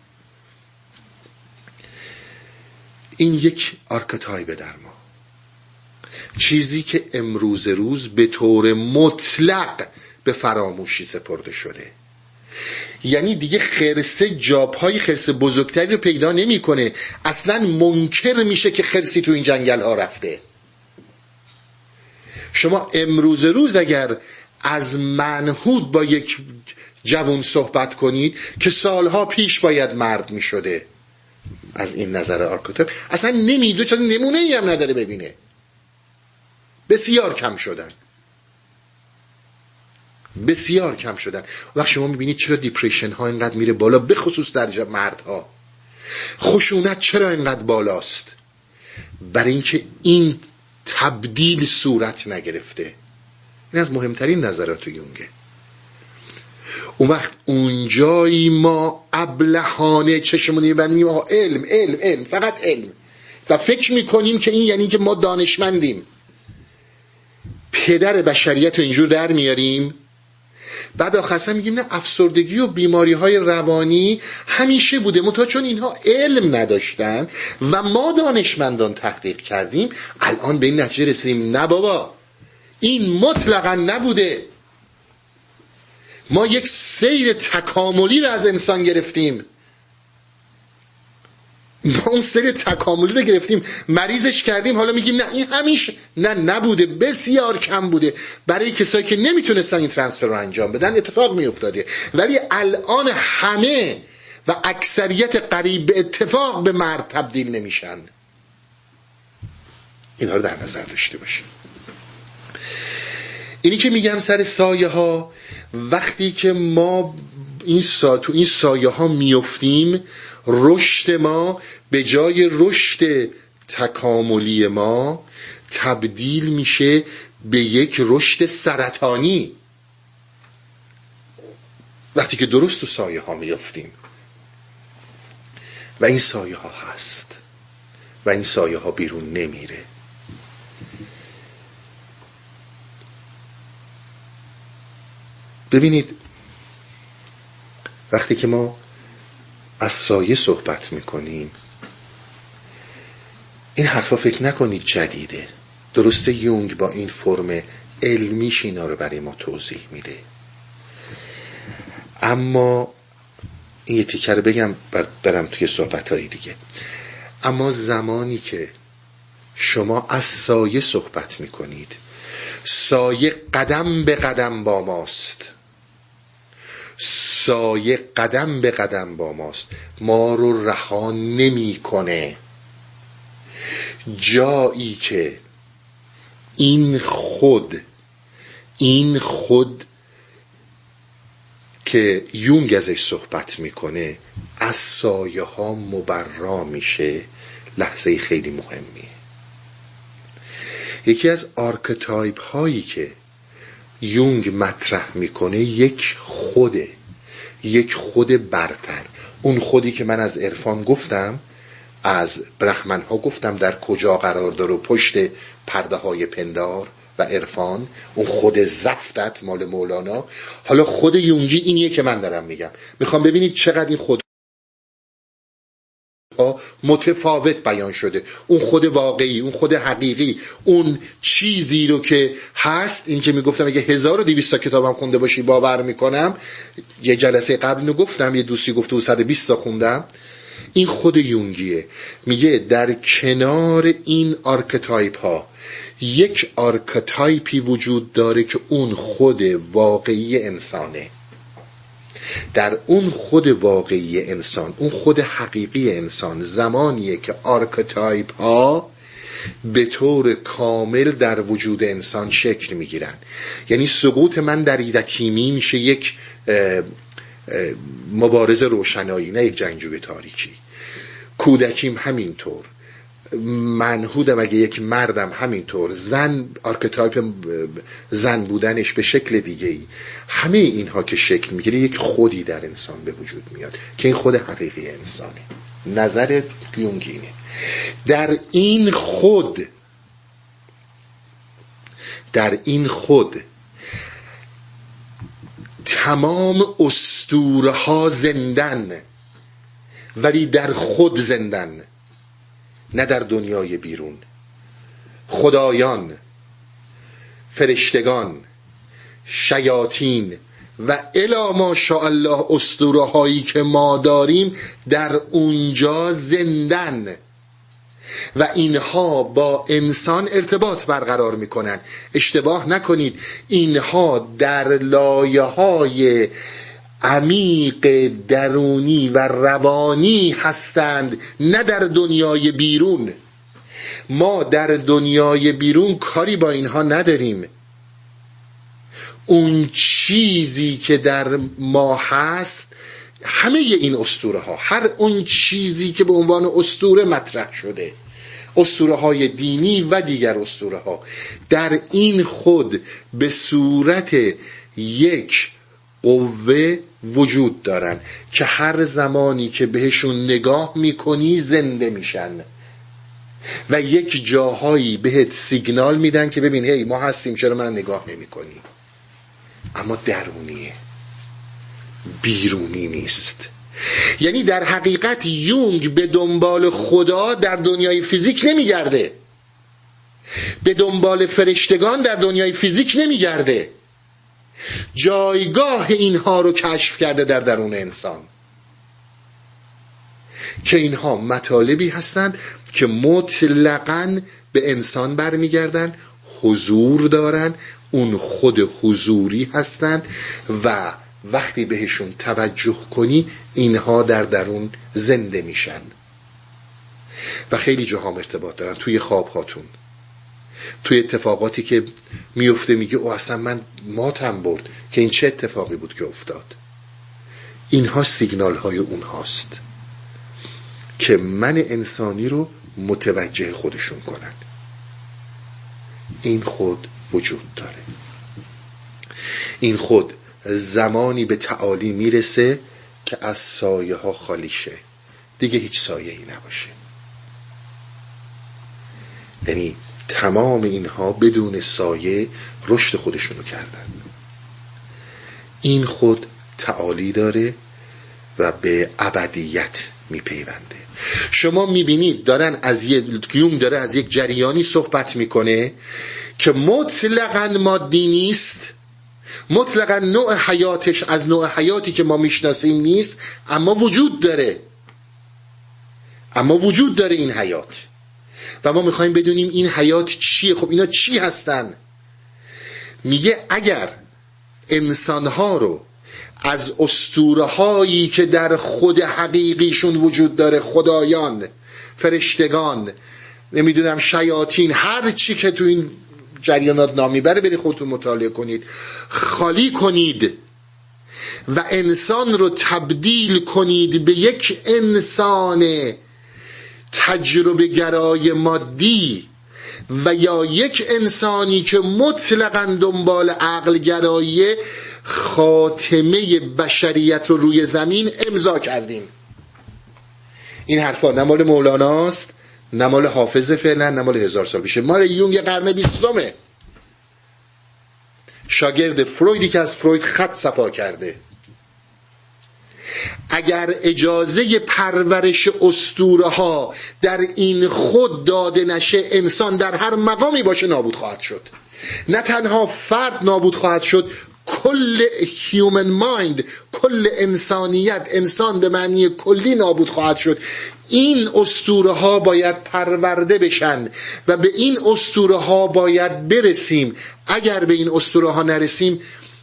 [SPEAKER 1] این یک آرکتایپ در ما، چیزی که امروز روز به طور مطلق به فراموشی سپرده شده. یعنی دیگه خرسه جاپای خرس بزرگتری رو پیدا نمیکنه، اصلا منکر میشه که خرسی تو این جنگل ها رفته. شما امروز روز اگر از منحود با یک جوان صحبت کنید که سالها پیش باید مرد میشده، از این نظر آرکتایپ اصلا نمیدونه، چون نمونه ای هم نداره ببینه. بسیار کم شدن. بسیار کم شدن. وقت شما میبینید چرا دیپریشن ها اینقدر میره بالا، به خصوص در مردها. خشونت چرا اینقدر بالاست؟ برای اینکه این تبدیل صورت نگرفته. این از مهمترین نظرات یونگه. اون وقت اونجایی ما ابلهانه چشمون می‌بندیم میگیم آقا علم علم علم فقط علم و فکر میکنیم که این یعنی که ما دانشمندیم، پدر بشریت رو اینجور در میاریم. بعد آخرسا میگیم نه، افسردگی و بیماری های روانی همیشه بوده، منتها چون اینها علم نداشتن و ما دانشمندان تحقیق کردیم الان به این نتیجه رسیدیم نه بابا این مطلقا نبوده. ما یک سیر تکاملی رو از انسان گرفتیم، ما اون سیر تکاملی رو گرفتیم، مریضش کردیم، حالا میگیم نه این همیشه نه نبوده، بسیار کم بوده. برای کسایی که نمیتونستن این ترانسفر رو انجام بدن اتفاق میافتاده، ولی الان همه و اکثریت قریب به اتفاق به مرد تبدیل نمیشن. اینها رو در نظر داشته باشیم. اینی که میگم سر سایه ها، وقتی که ما این سا... تو این سایه ها میفتیم، رشد ما به جای رشد تکاملی ما تبدیل میشه به یک رشد سرطانی. وقتی که درست تو سایه ها میفتیم و این سایه ها هست و این سایه ها بیرون نمیره. ببینید وقتی که ما از سایه صحبت میکنیم، این حرفا فکر نکنید جدیده. درسته یونگ با این فرم علمیش اینا رو برای ما توضیح میده، اما این یه تیکه رو بگم برم توی صحبتهای دیگه. اما زمانی که شما از سایه صحبت میکنید، سایه قدم به قدم با ماست، سایه قدم به قدم با ماست، ما رو رها نمی کنه. جایی که این خود این خود که یونگ ازش صحبت میکنه از سایه ها مبرا میشه، لحظه خیلی مهمیه. یکی از آرکتایپ هایی که یونگ مطرح میکنه یک خوده، یک خود برتر. اون خودی که من از عرفان گفتم، از برهمن ها گفتم در کجا قرار داره، پشت پرده های پندار و عرفان، اون خود زفتت مال مولانا. حالا خود یونگی اینیه که من دارم میگم. میخوام ببینید چقدر این خود متفاوت بیان شده. اون خود واقعی، اون خود حقیقی، اون چیزی رو که هست. این که میگفتم اگه هزار و دویست تا کتابم خونده باشی باور میکنم. یه جلسه قبل اینو گفتم، یه دوستی گفته و صد و بیست تا خوندم. این خود یونگیه. میگه در کنار این آرکتایپ ها یک آرکتایپی وجود داره که اون خود واقعی انسانه. در اون خود واقعی انسان، اون خود حقیقی انسان، زمانیه که آرکتایپ ها به طور کامل در وجود انسان شکل میگیرن. یعنی سقوط من در ایدکیمی میشه یک مبارزه روشنایی، نه یک جنگجوی تاریکی. کودکیم همینطور، منحودم اگه یک مردم همینطور، زن آرکتایپ زن بودنش به شکل دیگه ای. همه اینها که شکل میگیره یک خودی در انسان به وجود میاد که این خود حقیقی انسانه. نظر یونگینه. در این خود در این خود تمام اسطوره ها زندن، ولی در خود زندن، نه در دنیای بیرون. خدایان، فرشتگان، شیاطین و الی ما شاء الله اسطوره هایی که ما داریم در اونجا زندن و اینها با انسان ارتباط برقرار میکنن. اشتباه نکنید، اینها در لایه های عمیق درونی و روانی هستند، نه در دنیای بیرون. ما در دنیای بیرون کاری با اینها نداریم. اون چیزی که در ما هست، همه این اسطوره ها، هر اون چیزی که به عنوان اسطوره مطرح شده، اسطوره های دینی و دیگر اسطوره ها، در این خود به صورت یک قوه وجود دارن که هر زمانی که بهشون نگاه میکنی زنده میشن و یک جاهایی بهت سیگنال میدن که ببین هی ما هستیم، چرا من نگاه نمی کنی؟ اما درونیه، بیرونی نیست. یعنی در حقیقت یونگ به دنبال خدا در دنیای فیزیک نمیگرده، به دنبال فرشتگان در دنیای فیزیک نمیگرده، جایگاه اینها رو کشف کرده در درون انسان که اینها مطالبی هستند که مطلقاً به انسان برمیگردن، حضور دارن، اون خود حضوری هستند و وقتی بهشون توجه کنی اینها در درون زنده میشن و خیلی جاها ارتباط دارن. توی خواب هاتون، توی اتفاقاتی که میفته میگه او اصلا من ماتم برد که این چه اتفاقی بود که افتاد. اینها سیگنال های اون هاست که من انسانی رو متوجه خودشون کنن. این خود وجود داره. این خود زمانی به تعالی میرسه که از سایه ها خالی شه، دیگه هیچ سایه ای نباشه. یعنی تمام اینها بدون سایه رشد خودشونو کردن. این خود تعالی داره و به ابدیت میپیونده. شما میبینید دارن از یک یونگ داره از یک جریانی صحبت میکنه که مطلقاً مادی نیست، مطلقاً نوع حیاتش از نوع حیاتی که ما میشناسیم نیست، اما وجود داره، اما وجود داره این حیات و ما میخوایم بدونیم این حیات چیه. خب اینا چی هستن؟ میگه اگر انسانها رو از اسطوره هایی که در خود حقیقیشون وجود داره، خدایان، فرشتگان، نمیدونم شیاطین، هر چی که تو این جریانات نام میبره برید خودتون مطالعه کنید، خالی کنید و انسان رو تبدیل کنید به یک انسان تجربه گرای مادی و یا یک انسانی که مطلقاً دنبال عقل گرایی، خاتمه بشریت رو روی زمین امضا کردیم. این حرفا نه مال مولاناست، نه مال حافظ فعلا، نه مال هزار سال پیشه، مال یونگ قرن بیستمه، شاگرد فرویدی که از فروید خط صفا کرده. اگر اجازه پرورش اسطوره ها در این خود داده نشه، انسان در هر مقامی باشه نابود خواهد شد. نه تنها فرد نابود خواهد شد، کل هیومن مایند، کل انسانیت، انسان به معنی کلی نابود خواهد شد. این اسطوره ها باید پرورده بشن و به این اسطوره ها باید برسیم. اگر به این اسطوره ها نرسیم،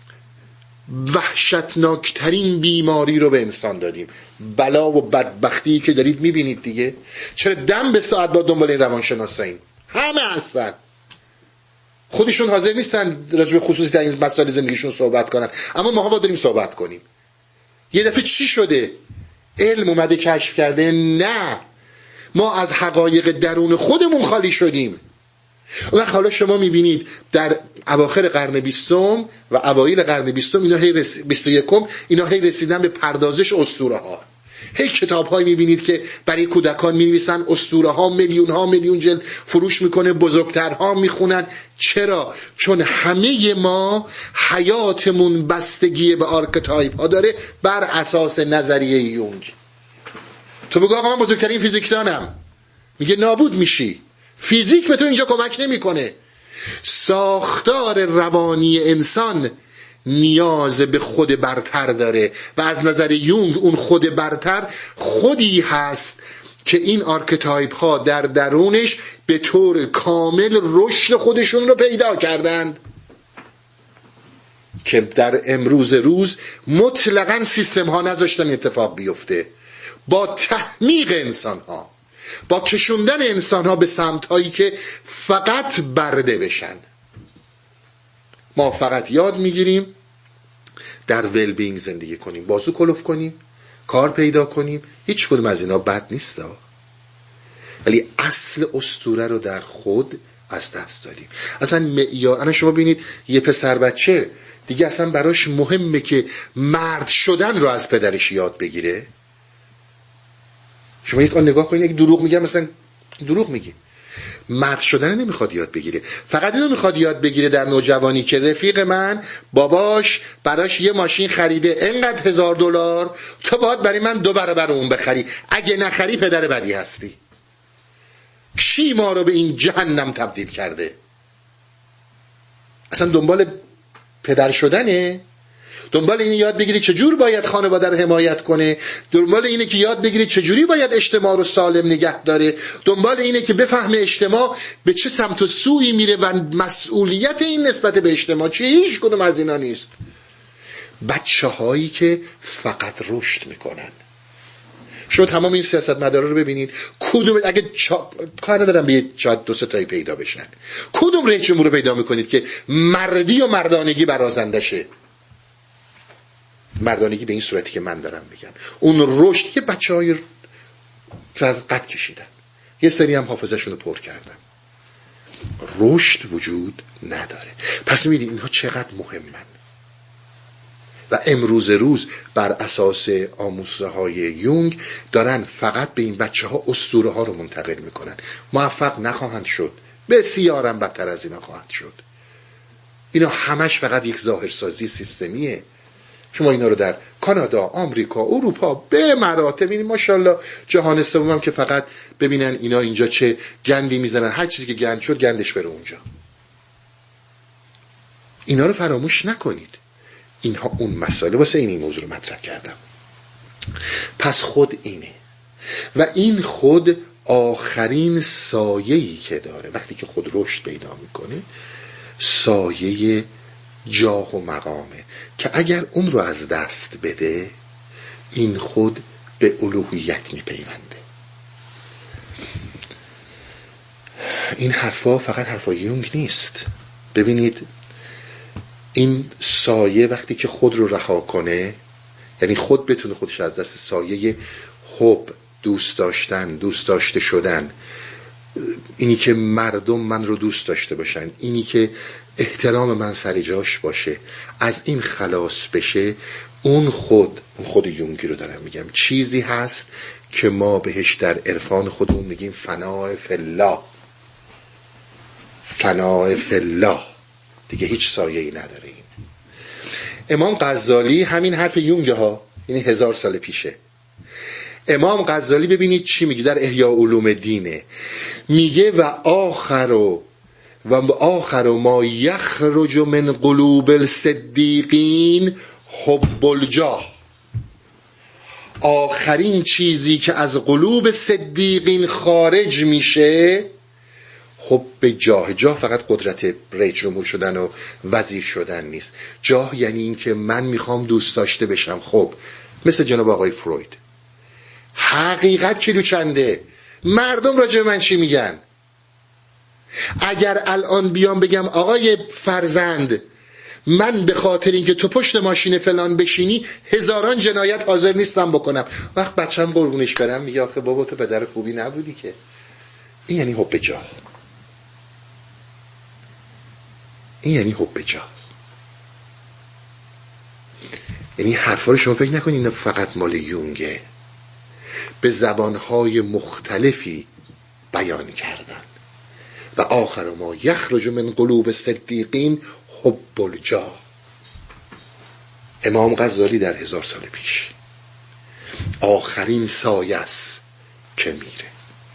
[SPEAKER 1] وحشتناکترین بیماری رو به انسان دادیم. بلا و بدبختی که دارید میبینید دیگه. چرا دم به ساعت با دنبال این روانشناساییم؟ همه هستن، خودشون حاضر نیستن راجع به خصوصی در این مسائل زندگیشون صحبت کنن، اما ما ها داریم صحبت کنیم. یه دفعه چی شده؟ علم اومده کشف کرده؟ نه، ما از حقایق درون خودمون خالی شدیم. و حالا شما میبینید در اواخر قرن بیستم و اوایل قرن بیستم اینا هی رس... بیست و یکم اینا هی رسیدن به پردازش اسطوره ها. هی کتاب های میبینید که برای کودکان مینویسن، اسطوره ها میلیون ها میلیون جلد فروش میکنه، بزرگترها میخونن. چرا؟ چون همه ما حیاتمون بستگی به آرکتایپ ها داره بر اساس نظریه یونگ. تو بگو آقا من بزرگترین فیزیکدانم، میگه نابود میشی. فیزیک به تو اینجا کمک نمیکنه. ساختار روانی انسان نیاز به خود برتر داره و از نظر یونگ اون خود برتر خودی هست که این آرکتایپ ها در درونش به طور کامل رشد خودشون رو پیدا کردند که در امروز روز مطلقاً سیستم ها نذاشتن اتفاق بیفته. با تحمیق انسان ها، با کشوندن انسان ها به سمت هایی که فقط برده بشن. ما فقط یاد میگیریم در ویل بینگ زندگی کنیم، بازو کلوف کنیم، کار پیدا کنیم. هیچ کدوم از اینا بد نیست، ولی اصل اسطوره رو در خود از دست دادیم. اصلا معیار، الان شما ببینید یه پسر بچه دیگه اصلا براش مهمه که مرد شدن رو از پدرش یاد بگیره. شما یک آن نگاه کنید، یک دروغ میگم مثلا دروغ میگی، مرد شدن نمیخواد یاد بگیره، فقط اینو میخواد یاد بگیره در نوجوانی که رفیق من باباش براش یه ماشین خریده اینقدر هزار دلار، تو باید برای من دو برابر اون بخری، اگه نخری پدر بدی هستی. کی ما رو به این جهنم تبدیل کرده؟ اصلا دنبال پدر شدنه؟ دنبال اینه یاد بگیری چجور باید خانواده رو حمایت کنه، دنبال اینه که یاد بگیری چجوری باید اجتماع رو سالم نگه داره، دنبال اینه که بفهمه اجتماع به چه سمت و سویی میره و مسئولیت این نسبت به اجتماع چیه. هیچ کدوم از اینا نیست. بچه هایی که فقط رشد میکنن. شما تمام این سیاستمدارا رو ببینید، کدوم اگه چا... کار ندارم به شاید دو سه تایی پیدا بشن، کدوم رئیس جمهور رو پیدا میکنید که مردی و مردانگی برازندشه؟ مردانگی به این صورتی که من دارم میگم، اون رشد که بچهای قد کشیدن، یه سری هم حافظه‌شون رو پر کردن، رشد وجود نداره. پس میبینید اینها چقدر مهمن و امروز روز بر اساس آموزه های یونگ دارن فقط به این بچه ها اسطوره ها رو منتقل میکنن. موفق نخواهند شد، بسیارم بدتر از اینا خواهد شد. اینا همش فقط یک ظاهرسازی سیستمیه. شما اینا رو در کانادا، آمریکا، اروپا به مراتب ببینید، ماشاءالله جهان سوم هم که فقط ببینن اینا اینجا چه گندی میزنن، هر چیزی که گند شد گندش بره اونجا. اینا رو فراموش نکنید. اینها اون مسائل، واسه این این موضوع رو مطرح کردم. پس خود اینه و این خود آخرین سایه‌ای که داره وقتی که خود رشد پیدا میکنه، سایه جاه و مقامه که اگر اون رو از دست بده این خود به الوهیت میپیونده. این حرفا فقط حرفا یونگ نیست. ببینید این سایه وقتی که خود رو رها کنه، یعنی خود بتونه خودش از دست سایه حب، دوست داشتن، دوست داشته شدن، اینی که مردم من رو دوست داشته باشن، اینی که احترام من سر جاش باشه، از این خلاص بشه، اون خود، اون خود یونگی رو دارم میگم، چیزی هست که ما بهش در عرفان خودمون میگیم فناء فی الله. فناء فی الله دیگه هیچ سایه‌ای نداره. این امام غزالی همین حرف یونگ ها، یعنی هزار سال پیشه. امام غزالی ببینید چی میگه در احیاء علوم دینه، میگه و آخر و و آخر و ما یخرج من قلوب الصدیقین حب الجاه. آخرین چیزی که از قلوب صدیقین خارج میشه حب جاه. جاه فقط قدرت رئیس جمهور شدن و وزیر شدن نیست. جاه یعنی این که من میخوام دوست داشته بشم. خب مثل جناب آقای فروید، حقیقت کیلو چنده؟ مردم راجع به من چی میگن؟ اگر الان بیام بگم آقای فرزند من به خاطر اینکه تو پشت ماشین فلان بشینی هزاران جنایت حاضر نیستم بکنم، وقت بچم قربونش برم میگه آخه بابا تو پدر خوبی نبودی که. این یعنی حب جاه. این یعنی حب جاه. یعنی حرفا رو شما فکر نکنید این فقط مال یونگه، به زبانهای مختلفی بیان کردن. و آخر ما یخرج من قلوب صدیقین حب الجاه. امام غزالی در هزار سال پیش آخرین سایه است که میره.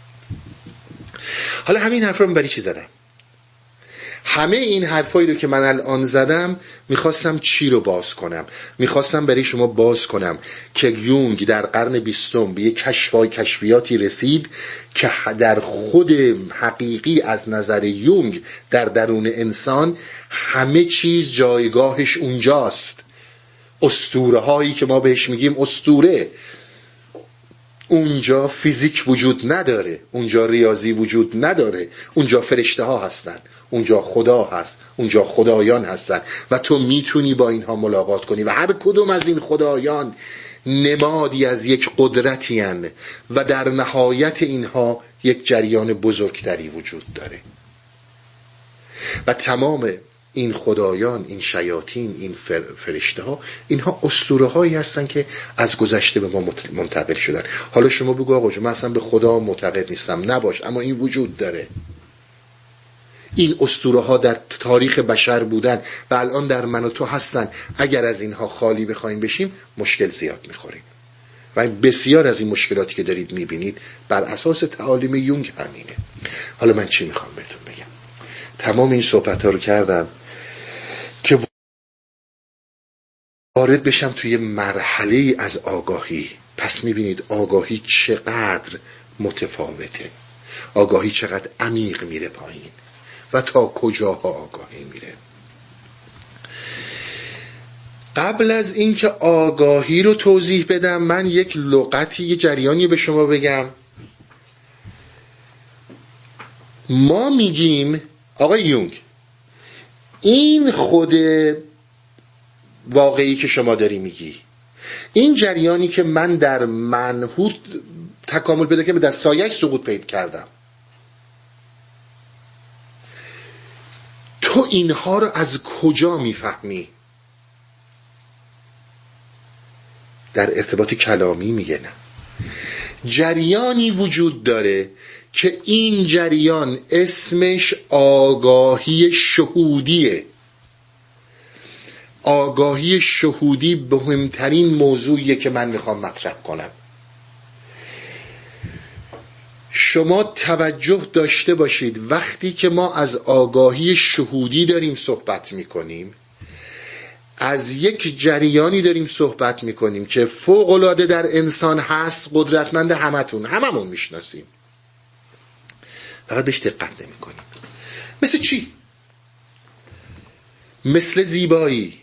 [SPEAKER 1] حالا همین حرف رو برای چی زدم؟ همه این حرفایی رو که من الان زدم میخواستم چی رو باز کنم؟ میخواستم برای شما باز کنم که یونگ در قرن بیستم به یک کشفای کشفیاتی رسید که در خود حقیقی از نظر یونگ در درون انسان همه چیز جایگاهش اونجاست. اسطوره هایی که ما بهش میگیم اسطوره، اونجا فیزیک وجود نداره، اونجا ریاضی وجود نداره، اونجا فرشته ها هستن، اونجا خدا هست، اونجا خدایان هستن و تو میتونی با اینها ملاقات کنی و هر کدوم از این خدایان نمادی از یک قدرتی هستند و در نهایت اینها یک جریان بزرگتری وجود داره و تمام این خدایان، این شیاطین، این فرشته ها، اینها اسطوره هایی هستن که از گذشته به ما منتقل شدن. حالا شما بگو آقا من اصلا به خدا معتقد نیستم، نباش، اما این وجود داره. این اسطوره ها در تاریخ بشر بودن و الان در من و تو هستن. اگر از اینها خالی بخوایم بشیم مشکل زیاد میخوریم و بسیار از این مشکلاتی که دارید میبینید بر اساس تعالیم یونگ همینه. حالا من چی میخوام بهتون بگم؟ تمام این صحبت ها رو کردم که وارد بشم توی مرحله از آگاهی. پس میبینید آگاهی چقدر متفاوته، آگاهی چقدر عمیق میره پایین و تا کجاها آگاهی میره. قبل از اینکه آگاهی رو توضیح بدم من یک لغتی، یک جریانی به شما بگم. ما میگیم آقای یونگ این خود واقعی که شما داری میگی، این جریانی که من در منحوت تکامل پیدا کردم، در سایه‌اش سقوط پیدا کردم، تو اینها رو از کجا میفهمی؟ در ارتباط کلامی میگه نه، جریانی وجود داره که این جریان اسمش آگاهی شهودیه. آگاهی شهودی مهمترین موضوعیه که من میخوام مطرح کنم. شما توجه داشته باشید وقتی که ما از آگاهی شهودی داریم صحبت میکنیم، از یک جریانی داریم صحبت میکنیم که فوق‌العاده در انسان هست، قدرتمند، همتون هممون میشناسیم، فقط بهش دقت نمی کنیم. مثل چی؟ مثل زیبایی.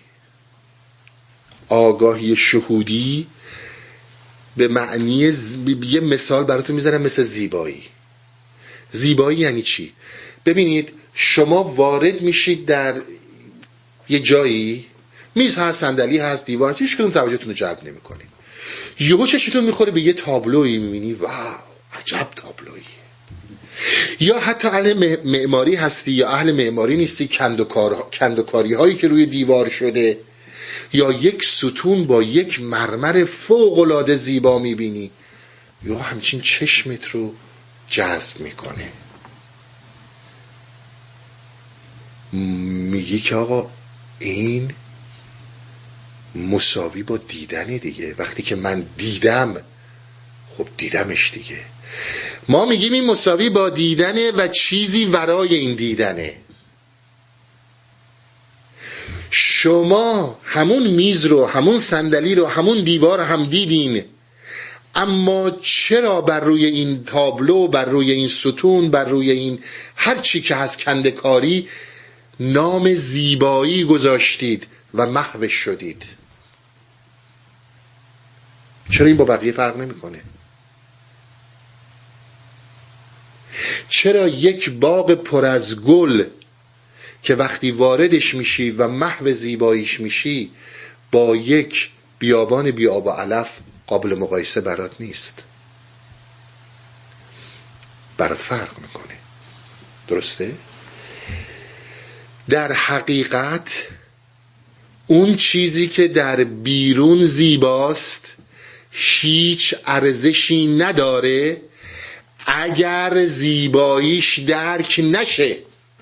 [SPEAKER 1] آگاهی شهودی به معنی ز... یه مثال براتون میذارم مثل زیبایی. زیبایی یعنی چی؟ ببینید شما وارد میشید در یه جایی، میز هست، صندلی هست، دیوار، هیچ کدوم توجهتون رو جلب نمیکنه. یهو چشتون میخوره به یه تابلویی، میبینی واو عجب تابلویی. یا حتی اهل معماری هستی یا اهل معماری نیستی، کندوکار کندوکاری هایی که روی دیوار شده، یا یک ستون با یک مرمر فوق العاده زیبا میبینی، یا همچین چشمت رو جذب میکنه. میگی که آقا این مساوی با دیدن دیگه. وقتی که من دیدم، خب دیدمش دیگه. ما میگیم این مساوی با دیدنه و چیزی ورای این دیدنه. شما همون میز رو، همون صندلی رو، همون دیوار هم دیدین، اما چرا بر روی این تابلو، بر روی این ستون، بر روی این هر چی که هست کنده‌کاری نام زیبایی گذاشتید و محوش شدید؟ چرا این با بقیه فرق نمی‌کنه؟ چرا یک باغ پر از گل که وقتی واردش میشی و محو زیباییش میشی با یک بیابان بی آب و علف قابل مقایسه برات نیست؟ برات فرق میکنه. درسته؟ در حقیقت اون چیزی که در بیرون زیباست هیچ ارزشی نداره اگر زیباییش درک نشه.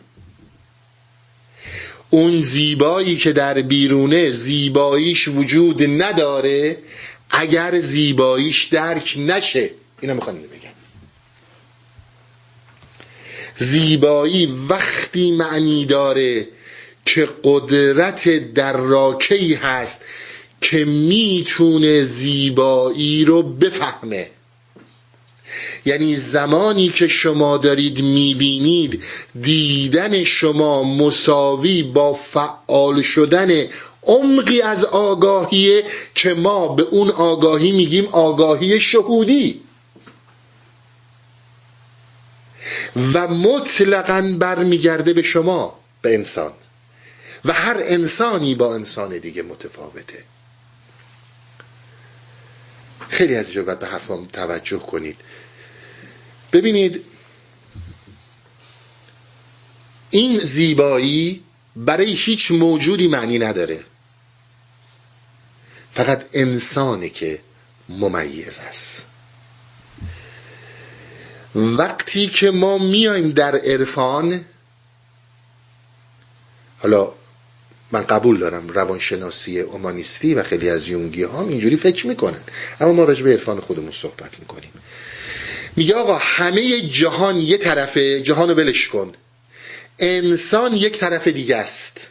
[SPEAKER 1] اون زیبایی که در بیرونه زیباییش وجود نداره اگر زیباییش درک نشه. اینا میخوام بگم زیبایی وقتی معنی داره که قدرت دراکه‌ای هست که میتونه زیبایی رو بفهمه. یعنی زمانی که شما دارید میبینید دیدن شما مساوی با فعال شدن عمقی از آگاهیه که ما به اون آگاهی میگیم آگاهی شهودی. و مطلقاً برمیگرده به شما، به انسان، و هر انسانی با انسان دیگه متفاوته. خیلی از اینجا باید به حرفام توجه کنید. ببینید این زیبایی برای هیچ موجودی معنی نداره، فقط انسانه که ممیز است. وقتی که ما میایم در عرفان، حالا من قبول دارم روانشناسی اومانیستی و خیلی از یونگی ها اینجوری فکر میکنن، اما ما راجع به عرفان خودمون صحبت میکنیم. میگه آقا همه جهان یه طرفه، جهانو ولش کن، انسان یک طرف دیگه است.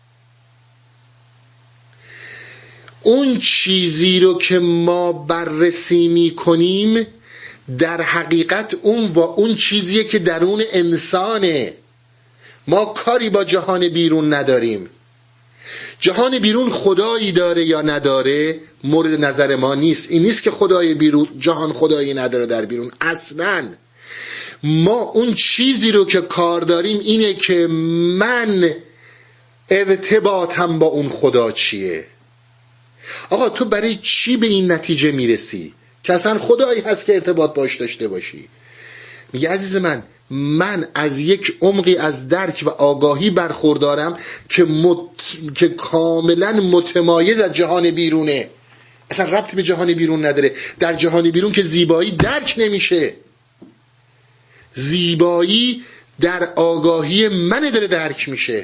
[SPEAKER 1] اون چیزی رو که ما بررسی میکنیم در حقیقت اون و اون چیزیه که درون انسانه. ما کاری با جهان بیرون نداریم. جهان بیرون خدایی داره یا نداره مورد نظر ما نیست. این نیست که خدای بیرون، جهان خدایی نداره در بیرون، اصلاً. ما اون چیزی رو که کار داریم اینه که من ارتباطم با اون خدا چیه. آقا تو برای چی به این نتیجه میرسی که اصلا خدایی هست که ارتباط باش داشته باشی؟ میگه عزیز من، من از یک عمقی از درک و آگاهی برخوردارم که, مت... که کاملا متمایز از جهان بیرونه، اصلا ربط به جهان بیرون نداره. در جهان بیرون که زیبایی درک نمیشه، زیبایی در آگاهی من داره درک میشه.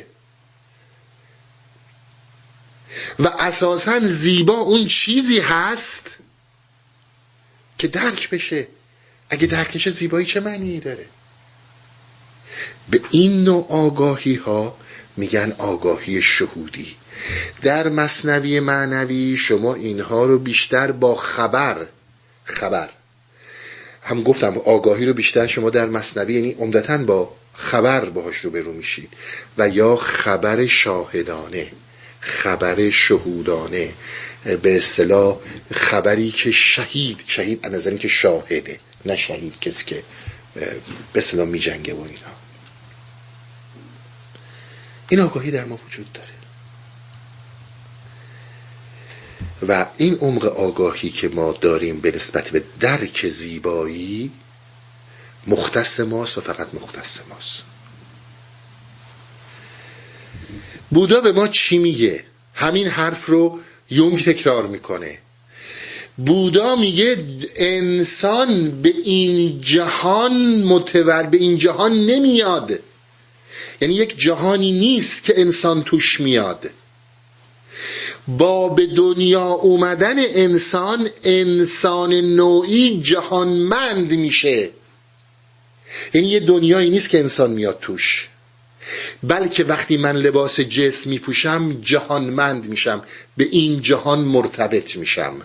[SPEAKER 1] و اساساً زیبا اون چیزی هست که درک بشه. اگه درک نشه زیبایی چه معنی داره؟ به این نوع آگاهی ها میگن آگاهی شهودی. در مثنوی معنوی شما اینها رو بیشتر با خبر خبر هم گفتم، آگاهی رو بیشتر شما در مثنوی یعنی عمدتاً با خبر باهاش رو برو میشید، و یا خبر شاهدانه، خبر شهودانه، به اصطلاح خبری که شهید شهید از نظر این که شاهده، نه شهید کسی که به اصطلاح می جنگه و اینا. این آگاهی در ما وجود داره و این عمق آگاهی که ما داریم به نسبت به درک زیبایی مختص ماست و فقط مختص ماست. بودا به ما چی میگه؟ همین حرف رو یونگ تکرار میکنه. بودا میگه انسان به این جهان متول به این جهان نمیاد، یعنی یک جهانی نیست که انسان توش میاد. با به دنیا اومدن انسان، انسان نوعی جهانمند میشه. یعنی یه دنیایی نیست که انسان میاد توش، بلکه وقتی من لباس جسم میپوشم جهانمند میشم، به این جهان مرتبط میشم.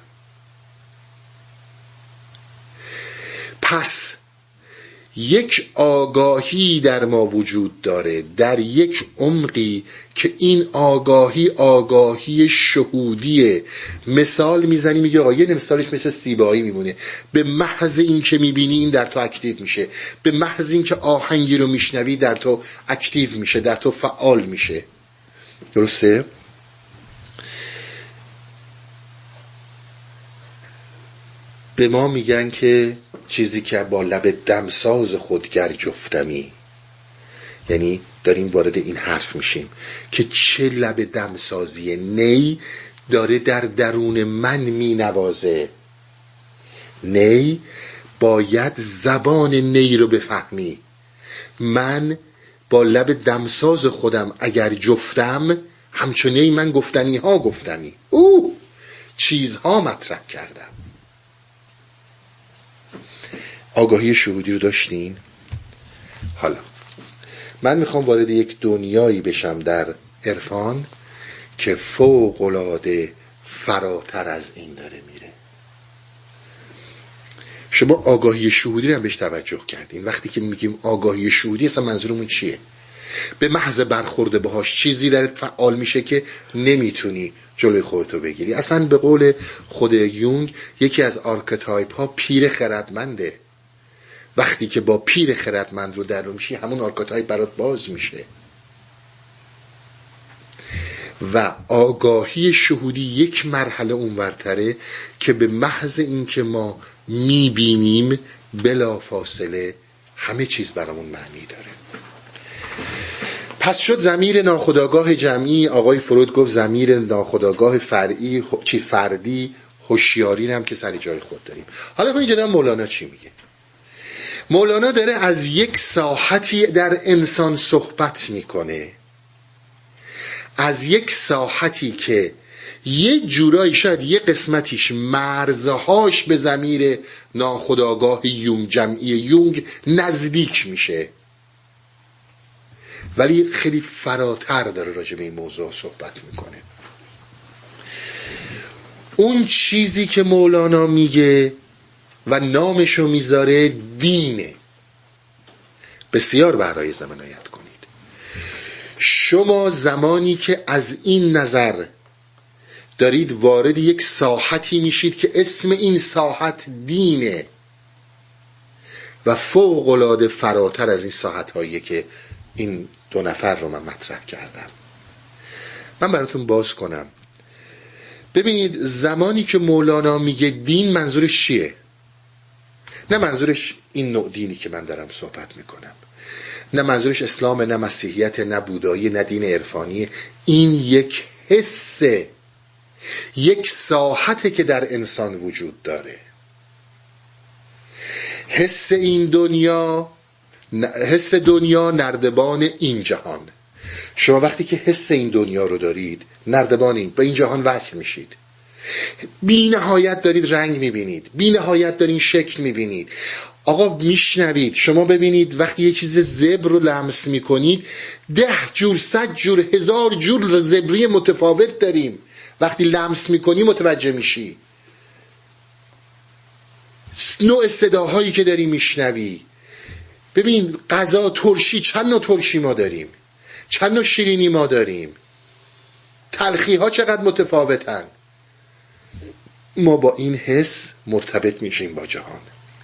[SPEAKER 1] پس یک آگاهی در ما وجود داره در یک عمقی که این آگاهی آگاهی شهودیه. مثال میزنی میگه آقا یه مثالش مثل سیبایی میمونه، به محض این که میبینی این در تو اکتیو میشه، به محض این که آهنگی رو میشنوی در تو اکتیو میشه، در تو فعال میشه. درسته؟ به ما میگن که چیزی که با لب دمساز خودگر جفتمی، یعنی داریم وارد این حرف میشیم که چه لب دمسازی نی داره در درون من مینوازه. نی باید زبان نی رو بفهمی. من با لب دمساز خودم اگر جفتم، همچون نی من گفتنی ها گفتمی، او چیزها مطرح کردم. آگاهی شهودی رو داشتین؟ حالا من میخوام وارد یک دنیایی بشم در عرفان که فوق العاده فراتر از این داره میره. شما آگاهی شهودی رو هم بهش توجه کردین. وقتی که میگیم آگاهی شهودی اصلا منظورمون چیه؟ به محض برخورد باهاش چیزی درت فعال میشه که نمیتونی جلوی خودتو بگیری. اصلا به قول خود یونگ یکی از آرکتایپ ها پیر خردمنده وقتی که با پیر خردمند رو در رو میشی همون آرکاتایپ برات باز میشه. و آگاهی شهودی یک مرحله اونورتره که به محض این که ما میبینیم بلا فاصله همه چیز برامون معنی داره. پس شد ضمیر ناخودآگاه جمعی. آقای فرود گفت ضمیر ناخودآگاه فرعی چی فردی، هوشیاری هم که سر جای خود داریم. حالا با اینجا مولانا چی میگه؟ مولانا داره از یک ساحتی در انسان صحبت میکنه، از یک ساحتی که یه جورایی شاید یه قسمتیش مرزهاش به ضمیر ناخودآگاه یونگ جمعی یونگ نزدیک میشه، ولی خیلی فراتر داره راجع به این موضوع صحبت میکنه. اون چیزی که مولانا میگه و نامشو میذاره دینه. بسیار برای زمان عنایت کنید. شما زمانی که از این نظر دارید وارد یک ساحتی میشید که اسم این ساحت دینه و فوق العاده فراتر از این ساحت هایی که این دو نفر رو من مطرح کردم. من براتون باز کنم. ببینید زمانی که مولانا میگه دین منظورش چیه؟ نه منظورش این نوع دینی که من دارم صحبت میکنم، نه منظورش اسلام، نه مسیحیت، نه بودایی، نه دین عرفانی. این یک حسه، یک ساحته که در انسان وجود داره. حس این دنیا، حس دنیا نردبان این جهان. شما وقتی که حس این دنیا رو دارید، نردبان این با این جهان وصل میشید. بی نهایت دارید رنگ میبینید، بی نهایت دارید شکل میبینید. آقا میشنوید، شما ببینید وقتی یه چیز زبر رو لمس میکنید، ده جور، صد جور، هزار جور زبری متفاوت داریم. وقتی لمس میکنی متوجه میشی نوع صداهایی که داری میشنوی. ببین غذا ترشی، چند نوع ترشی ما داریم، چند نوع شیرینی ما داریم، تلخی ها چقدر متفاوتن. ما با این حس مرتبط میشیم با جهان.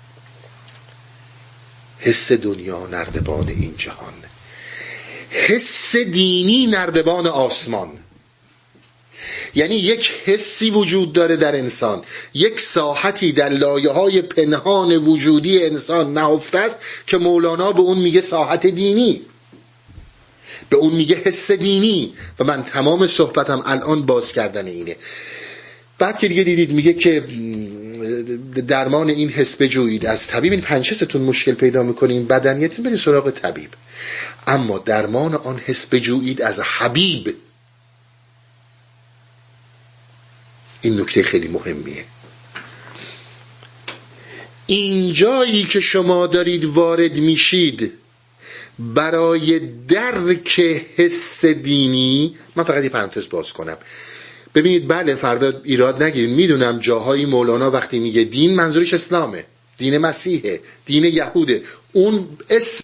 [SPEAKER 1] حس دنیا نردبان این جهان، حس دینی نردبان آسمان. یعنی یک حسی وجود داره در انسان، یک ساحتی در لایه‌های پنهان وجودی انسان نهفته است که مولانا به اون میگه ساحت دینی، به اون میگه حس دینی. و من تمام صحبتم الان باز کردن اینه. بعد که دیگه دیدید میگه که درمان این حس بجویید از طبیب. این پنجستون مشکل پیدا میکنین، بدنیتون برید سراغ طبیب، اما درمان آن حس بجویید از حبیب. این نکته خیلی مهمیه. این جایی که شما دارید وارد میشید برای درک حس دینی. من فقط یه پرانتز باز کنم. ببینید بله فردا ایراد نگیرید، میدونم جاهای مولانا وقتی میگه دین منظورش اسلامه، دین مسیحه، دین یهوده، اون اسم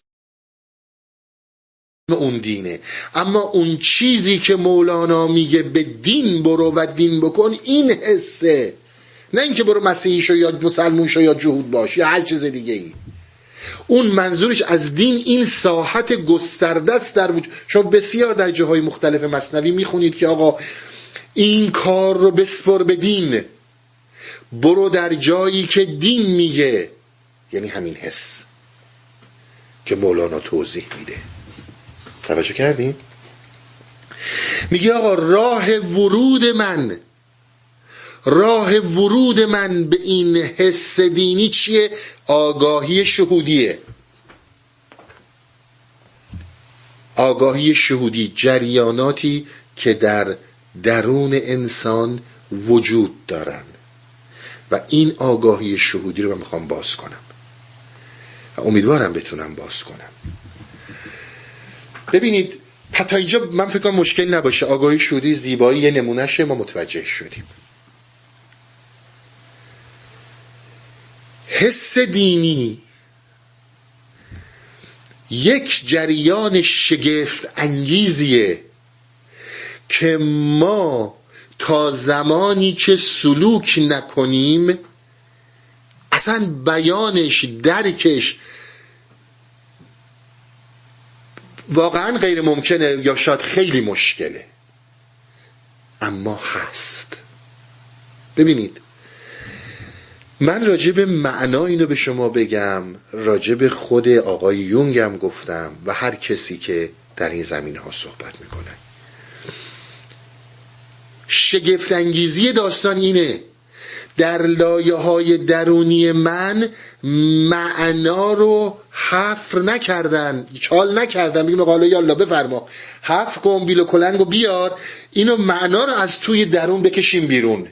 [SPEAKER 1] اون دینه. اما اون چیزی که مولانا میگه به دین برو و دین بکن این حسه، نه اینکه برو مسیحی شو یا مسلمون شو یا جهود باش یا هر چیز دیگه ای. اون منظورش از دین این ساحت گسترده است در وجود. شما بسیار در جاهای مختلف مثنوی میخونید که آقا این کار رو بسپر به دین، برو در جایی که دین میگه. یعنی همین حس که مولانا توضیح میده. توجه کردین؟ میگه آقا راه ورود من، راه ورود من به این حس دینی چیه؟ آگاهی شهودیه. آگاهی شهودی جریاناتی که در درون انسان وجود دارن و این آگاهی شهودی رو من میخوام باز کنم و امیدوارم بتونم باز کنم. ببینید تا اینجا من فکر کنم مشکل نباشه. آگاهی شهودی زیبایی یه نمونهشه، ما متوجه شدیم. حس دینی یک جریان شگفت انگیزیه که ما تا زمانی که سلوک نکنیم اصلا بیانش، درکش واقعا غیر ممکنه یا شاید خیلی مشکله، اما هست. ببینید من راجع به معنا اینو به شما بگم، راجع به خود آقای یونگ هم گفتم و هر کسی که در این زمینه ها صحبت میکنه. شگفت انگیزی داستان اینه در لایه های درونی من معنا رو حفر نکردن، چال نکردن، بگیم قالا یالا بفرما حفر کن بیل و کلنگ و بیار، اینو معنا رو از توی درون بکشیم بیرون.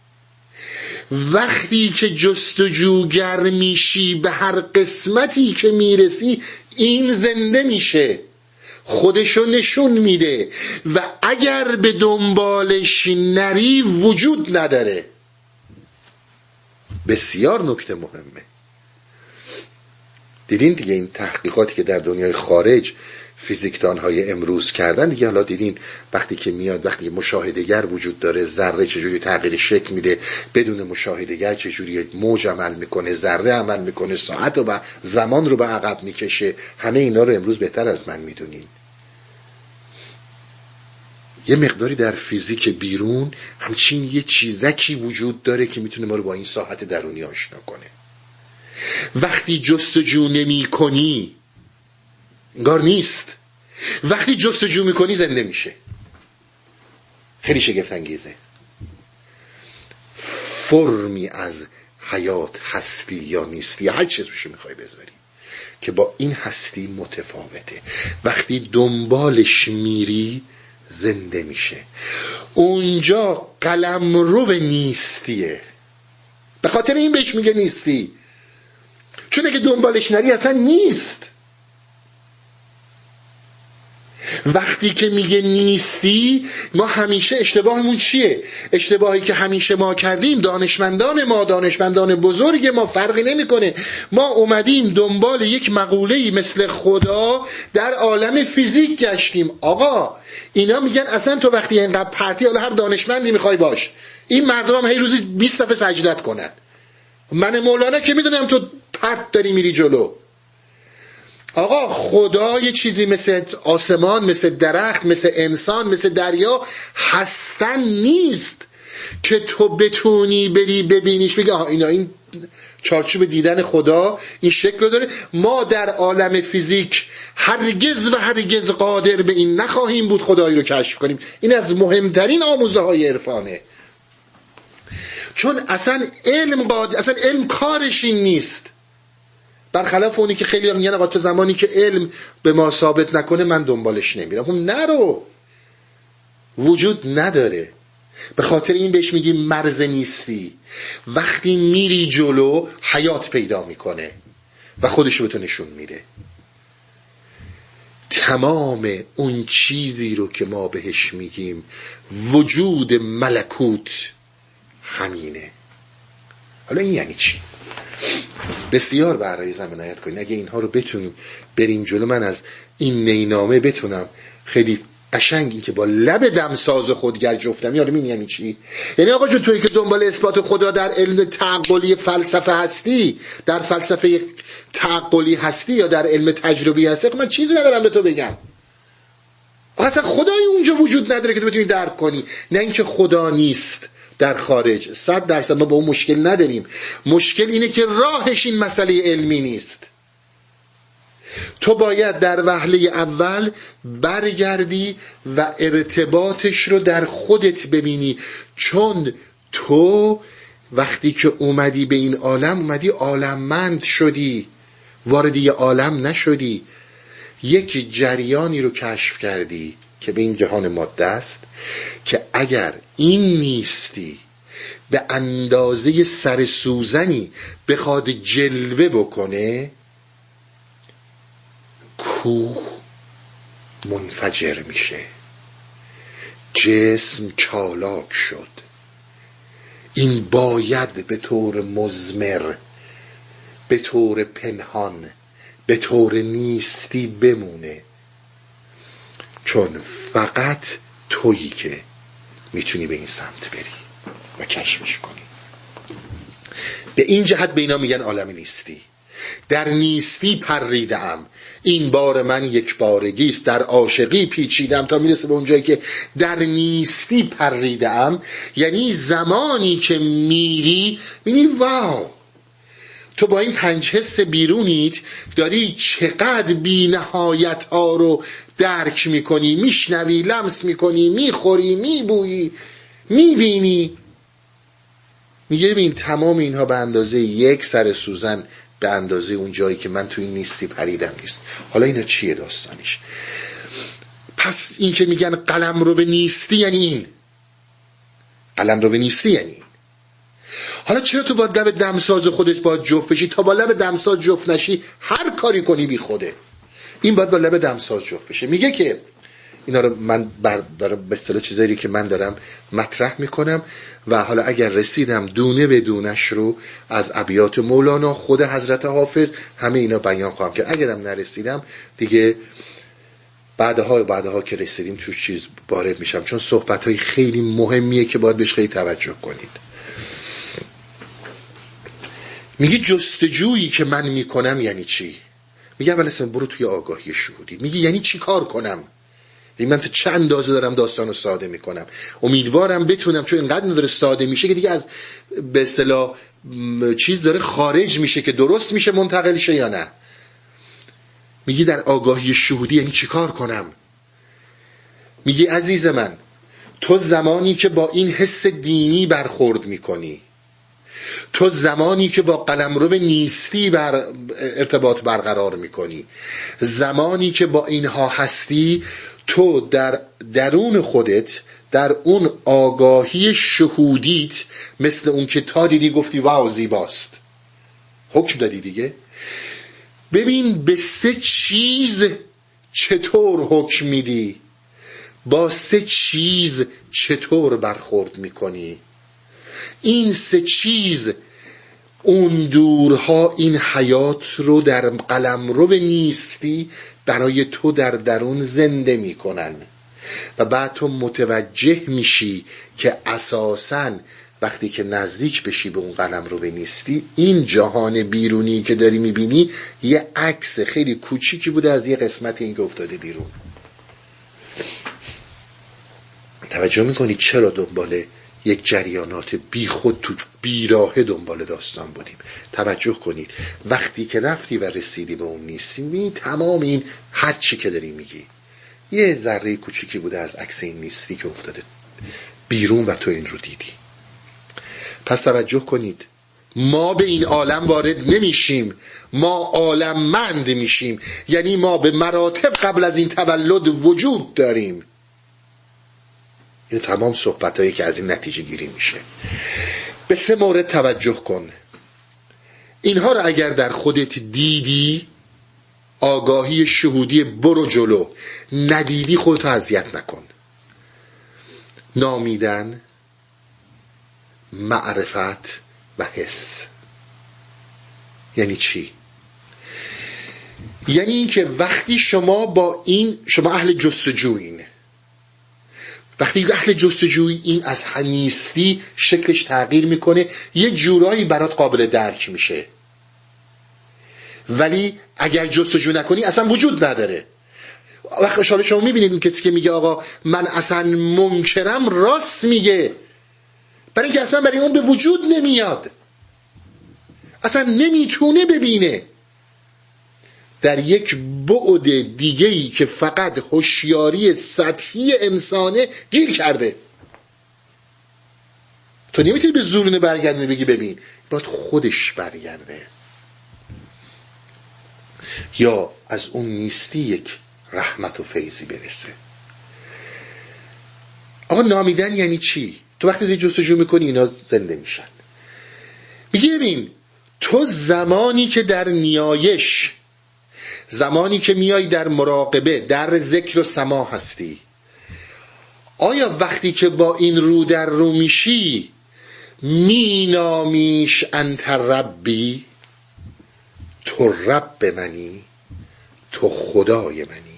[SPEAKER 1] وقتی که جستجوگر میشی به هر قسمتی که میرسی این زنده میشه، خودشو نشون میده و اگر به دنبالش نری وجود نداره. بسیار نکته مهمه. دیدین دیگه این تحقیقاتی که در دنیای خارج فیزیکدان‌های امروز کردن دیگه، حالا دیدین وقتی که میاد، وقتی مشاهدهگر وجود داره، ذره چجوری تغییر شکل میده، بدون مشاهدهگر چجوری موج عمل میکنه، ذره عمل میکنه، ساعت و زمان رو به عقب میکشه، همه اینا رو امروز بهتر از من میدونین. یه مقداری در فیزیک بیرون همچین یه چیزکی وجود داره که میتونه ما رو با این ساحت درونی آشنا کنه. وقتی جستجو نمی کنی انگار نیست، وقتی جستجو میکنی زنده میشه. خیلی شگفت انگیزه. فرمی از حیات، هستی یا نیستی، هر چیز بشه میخوای بذاری که با این هستی متفاوته. وقتی دنبالش میری زنده میشه. اونجا قلمرو نیستیه، به خاطر این بهش میگه نیستی، چون اگه دنبالش نری اصلا نیست. وقتی که میگه نیستی، ما همیشه اشتباهمون چیه؟ اشتباهی که همیشه ما کردیم، دانشمندان ما، دانشمندان بزرگ ما، فرقی نمیکنه. ما اومدیم دنبال یک مقوله‌ای مثل خدا در عالم فیزیک گشتیم. آقا اینا میگن اصلا تو وقتی اینقدر پرتی، حالا هر دانشمندی میخوای باش، این مردم هم هی روزی بیست دفعه سجدت کنن. من مولانا که میدونم تو پرت داری میری جلو. آقا خدا یه چیزی مثل آسمان، مثل درخت، مثل انسان، مثل دریا هستن نیست که تو بتونی بری ببینیش بگی آها اینا این چارچوب دیدن خدا این شکل داره. ما در عالم فیزیک هرگز و هرگز قادر به این نخواهیم بود خدایی رو کشف کنیم. این از مهمترین آموزه های عرفانه، چون اصلا علم قادر، اصلا علم کارش این نیست. برخلاف اونی که خیلی میگن آقا تو زمانی که علم به ما ثابت نکنه من دنبالش نمیرم. خب نرو، وجود نداره. به خاطر این بهش میگیم مرز نیستی. وقتی میری جلو حیات پیدا میکنه و خودشو به تو نشون میده. تمام اون چیزی رو که ما بهش میگیم وجود ملکوت همینه. حالا این یعنی چی؟ بسیار برای زمین عنایت کنید. اگه اینها رو بتونیم بریم جلو، من از این نینامه بتونم خیلی قشنگ این که با لب دمساز خودگر جفتم. یارو این یعنی چی؟ یعنی آقا جون تویی که دنبال اثبات خدا در علم تعقلی فلسفه هستی، در فلسفه تعقلی هستی یا در علم تجربی هستی، من چیزی ندارم به تو بگم. اصلا خدای اونجا وجود نداره که تو بتونی درک کنی. نه اینکه خدا نیست در خارج، صد درصد ما با اون مشکل نداریم. مشکل اینه که راهش این مسئله علمی نیست. تو باید در وهله اول برگردی و ارتباطش رو در خودت ببینی، چون تو وقتی که اومدی به این عالم اومدی عالممند شدی، وارد یه عالم نشدی. یک جریانی رو کشف کردی که به این جهان ماده است که اگر این نیستی به اندازه سر سوزنی بخواد جلوه بکنه، کوه منفجر میشه، جسم چالاک شد. این باید به طور مضمر، به طور پنهان، به طور نیستی بمونه، چون فقط تویی که میتونی به این سمت بری و کشفش کنی. به این جهت به اینا میگن عالم نیستی. در نیستی پریدم، این بار من یک بارگی است، در عاشقی پیچیدم، تا میرسه به اونجایی که در نیستی پریدم. یعنی زمانی که میری میبینی واو، تو با این پنج حس بیرونیت داری چقدر بی نهایت ها رو درک میکنی، میشنوی، لمس میکنی، میخوری، میبویی، میبینی. میگه ببین تمام اینها به اندازه یک سر سوزن، به اندازه اون جایی که من تو این نیستی پریدم نیست. حالا اینا چیه داستانش؟ پس این که میگن قلم رو به نیستی یعنی این، قلم رو به نیستی یعنی این. حالا چرا تو با لب دمساز خودت باید جفت بشی؟ تا با لب دمساز جفت نشی هر کاری کنی بی خوده. این باید با لب دمساز جفت بشه. میگه که اینا رو من دارم به اصطلاح چیزایی که من دارم مطرح میکنم و حالا اگر رسیدم دونه به دونش رو از ابیات مولانا، خود حضرت حافظ، همه اینا بیان خواهم کرد. اگرم نرسیدم دیگه بعدها بعدها که رسیدیم تو چیز وارد میشم، چون صحبت‌های خیلی مهمیه که باید بهش خیلی توجه کنید. میگی جستجویی که من میکنم یعنی چی؟ میگه اول اصلا برو توی آگاهی شهودی. میگه یعنی چی کار کنم؟ من تو چند اندازه دارم داستانو ساده میکنم، امیدوارم بتونم، چون اینقدر داره ساده میشه که دیگه از به اصطلاح چیز داره خارج میشه که درست میشه منتقل شه یا نه. میگی در آگاهی شهودی یعنی چی کار کنم؟ میگی عزیز من، تو زمانی که با این حس دینی برخورد میکنی، تو زمانی که با قلمرو نیستی بر ارتباط برقرار میکنی، زمانی که با اینها هستی، تو در درون خودت، در اون آگاهی شهودیت، مثل اون که تا دیدی گفتی واو زیباست، حکم دادی دیگه. ببین به سه چیز چطور حکم میدی، با سه چیز چطور برخورد میکنی. این سه چیز اون دورها این حیات رو در قلمرو نیستی برای تو در درون زنده میکنن و بعد تو متوجه میشی که اساساً وقتی که نزدیک بشی به اون قلمرو نیستی، این جهان بیرونی که داری میبینی یه عکس خیلی کوچیکی بوده از یه قسمت این که افتاده بیرون. توجه میکنی چرا دنباله یک جریانات بی خود تو بیراهه دنبال داستان بودیم؟ توجه کنید وقتی که رفتی و رسیدی به اون نیستی، می تمام این هر چی که داری میگی یه ذره کوچیکی بوده از عکس این نیستی که افتاده بیرون و تو این رو دیدی. پس توجه کنید، ما به این عالم وارد نمیشیم، ما عالممند میشیم. یعنی ما به مراتب قبل از این تولد وجود داریم. این تمام صحبتایی که از این نتیجه گیری میشه. به سه مورد توجه کن. اینها رو اگر در خودت دیدی، آگاهی شهودی برو جلو، ندیدی خودتو اذیت نکن. نامیدن، معرفت و حس. یعنی چی؟ یعنی این که وقتی شما با این، شما اهل جستجویین، وقتی اهل جستجوی این از نیستی شکلش تغییر میکنه، یه جورایی برات قابل درک میشه. ولی اگر جستجو نکنی اصلا وجود نداره. وقتی شما شما میبینید اون کسی که میگه آقا من اصلا منکرم، راست میگه، برای اینکه اصلا برای اون به وجود نمیاد، اصلا نمیتونه ببینه. در یک بعد دیگه‌ای که فقط هوشیاری سطحی انسانه گیر کرده. تو نمیتونی به زورونه برگردونی بگی ببین، باید خودش برگرده یا از اون نیستی یک رحمت و فیضی برسه. آقا نامیدن یعنی چی؟ تو وقتی داری جستجو میکنی اینا زنده میشن. میگی ببین، تو زمانی که در نیایش، زمانی که میای در مراقبه، در ذکر و سماع هستی، آیا وقتی که با این رو در رو میشی مینامیش انت ربی، تو رب منی، تو خدای منی؟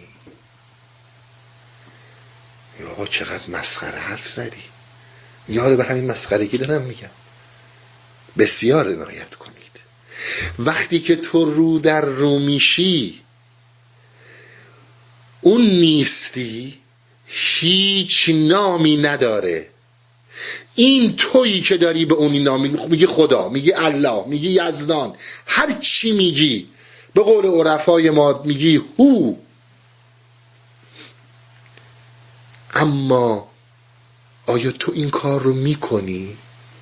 [SPEAKER 1] یا آقا چقدر مسخره حرف زدی. یاره به همین مسخرگی دارم میگم، بسیار عنایت کنید. وقتی که تو رو در رو میشی اون نیستی هیچ نامی نداره. این تویی که داری به اون نامی میگی خدا، میگی الله، میگی یزدان، هر چی میگی، به قول عرفای ما میگی هو. اما آیا تو این کار رو میکنی؟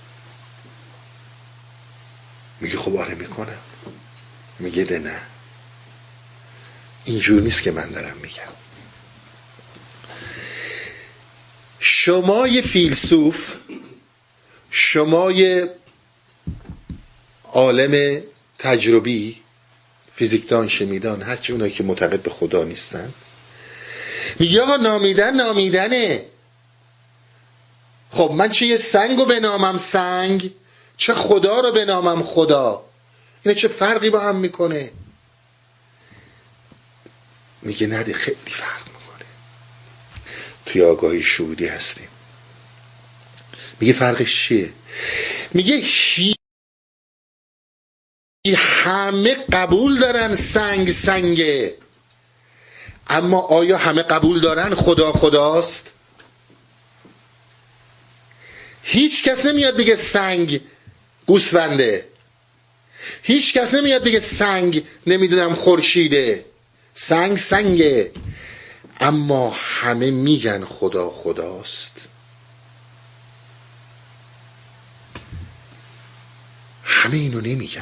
[SPEAKER 1] میگی خب آره میکنم. میگه ده نه، اینجور نیست که من دارم میگم. شما یه فیلسوف، شما یه عالم تجربی، فیزیکدان، شیمیدان، هرچی اونایی که معتقد به خدا نیستن، میگه آقا نامیدن نامیدنه. خب من چه یه سنگ رو بنامم سنگ، چه خدا رو بنامم خدا، اینه چه فرقی با هم میکنه؟ میگه نده، خیلی فرق میکنه. توی آگاهی شهودی هستیم. میگه فرقش چیه؟ میگه هی همه قبول دارن سنگ سنگه، اما آیا همه قبول دارن خدا خداست؟ هیچ کس نمیاد بگه سنگ گوسفنده، هیچ کس نمیاد بگه سنگ نمیدونم خورشیده، سنگ سنگه، اما همه میگن خدا خداست. همه اینو نمیگن.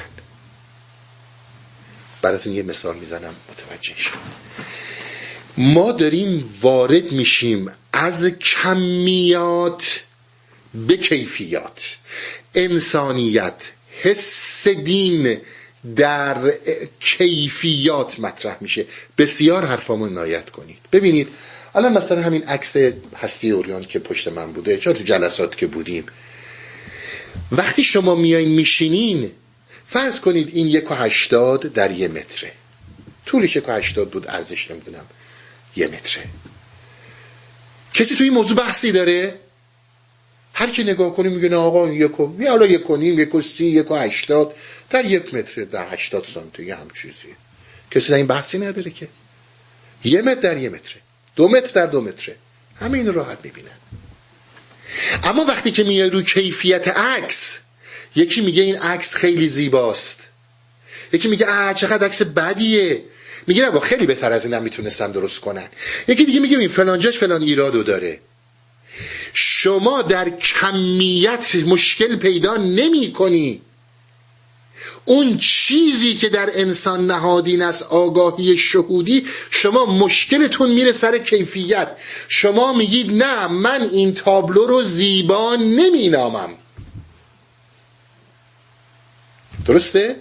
[SPEAKER 1] براتون یه مثال میزنم متوجه شید. ما داریم وارد میشیم از کمیات به کیفیات. انسانیت، حس دین در کیفیات مطرح میشه. بسیار حرفامو عنایت کنید. ببینید الان مثلا همین عکس هستی اوریان که پشت من بوده، چون تو جلسات که بودیم، وقتی شما میایین میشینین، فرض کنید این یک و هشتاد در یه متره، طولش یک و هشتاد بود، ارزش نمیدونم یه متره. کسی توی این موضوع بحثی داره؟ هر کی نگاه کنیم میگه نه آقا یک و یا حالا یک و نیم، یک و سی، یک و هشتاد در یک متر، در هشتاد سانتی هم چیزیه. کسی در این بحثی نداره که یه متر در یه متره، دو متر در دو متره، همه این راحت میبینن. اما وقتی که میای رو کیفیت عکس، یکی میگه این عکس خیلی زیباست، یکی میگه آ چقدر عکس بدیه، میگه نه با خیلی بهتر از اینم میتونستن درست کنن، یکی دیگه میگه این فلان جاش فلان ایرادو داره. شما در کمیت مشکل پیدا نمی کنی. اون چیزی که در انسان نهادین است، آگاهی شهودی، شما مشکلتون میره سر کیفیت. شما میگید نه من این تابلو رو زیبا نمی نامم. درسته؟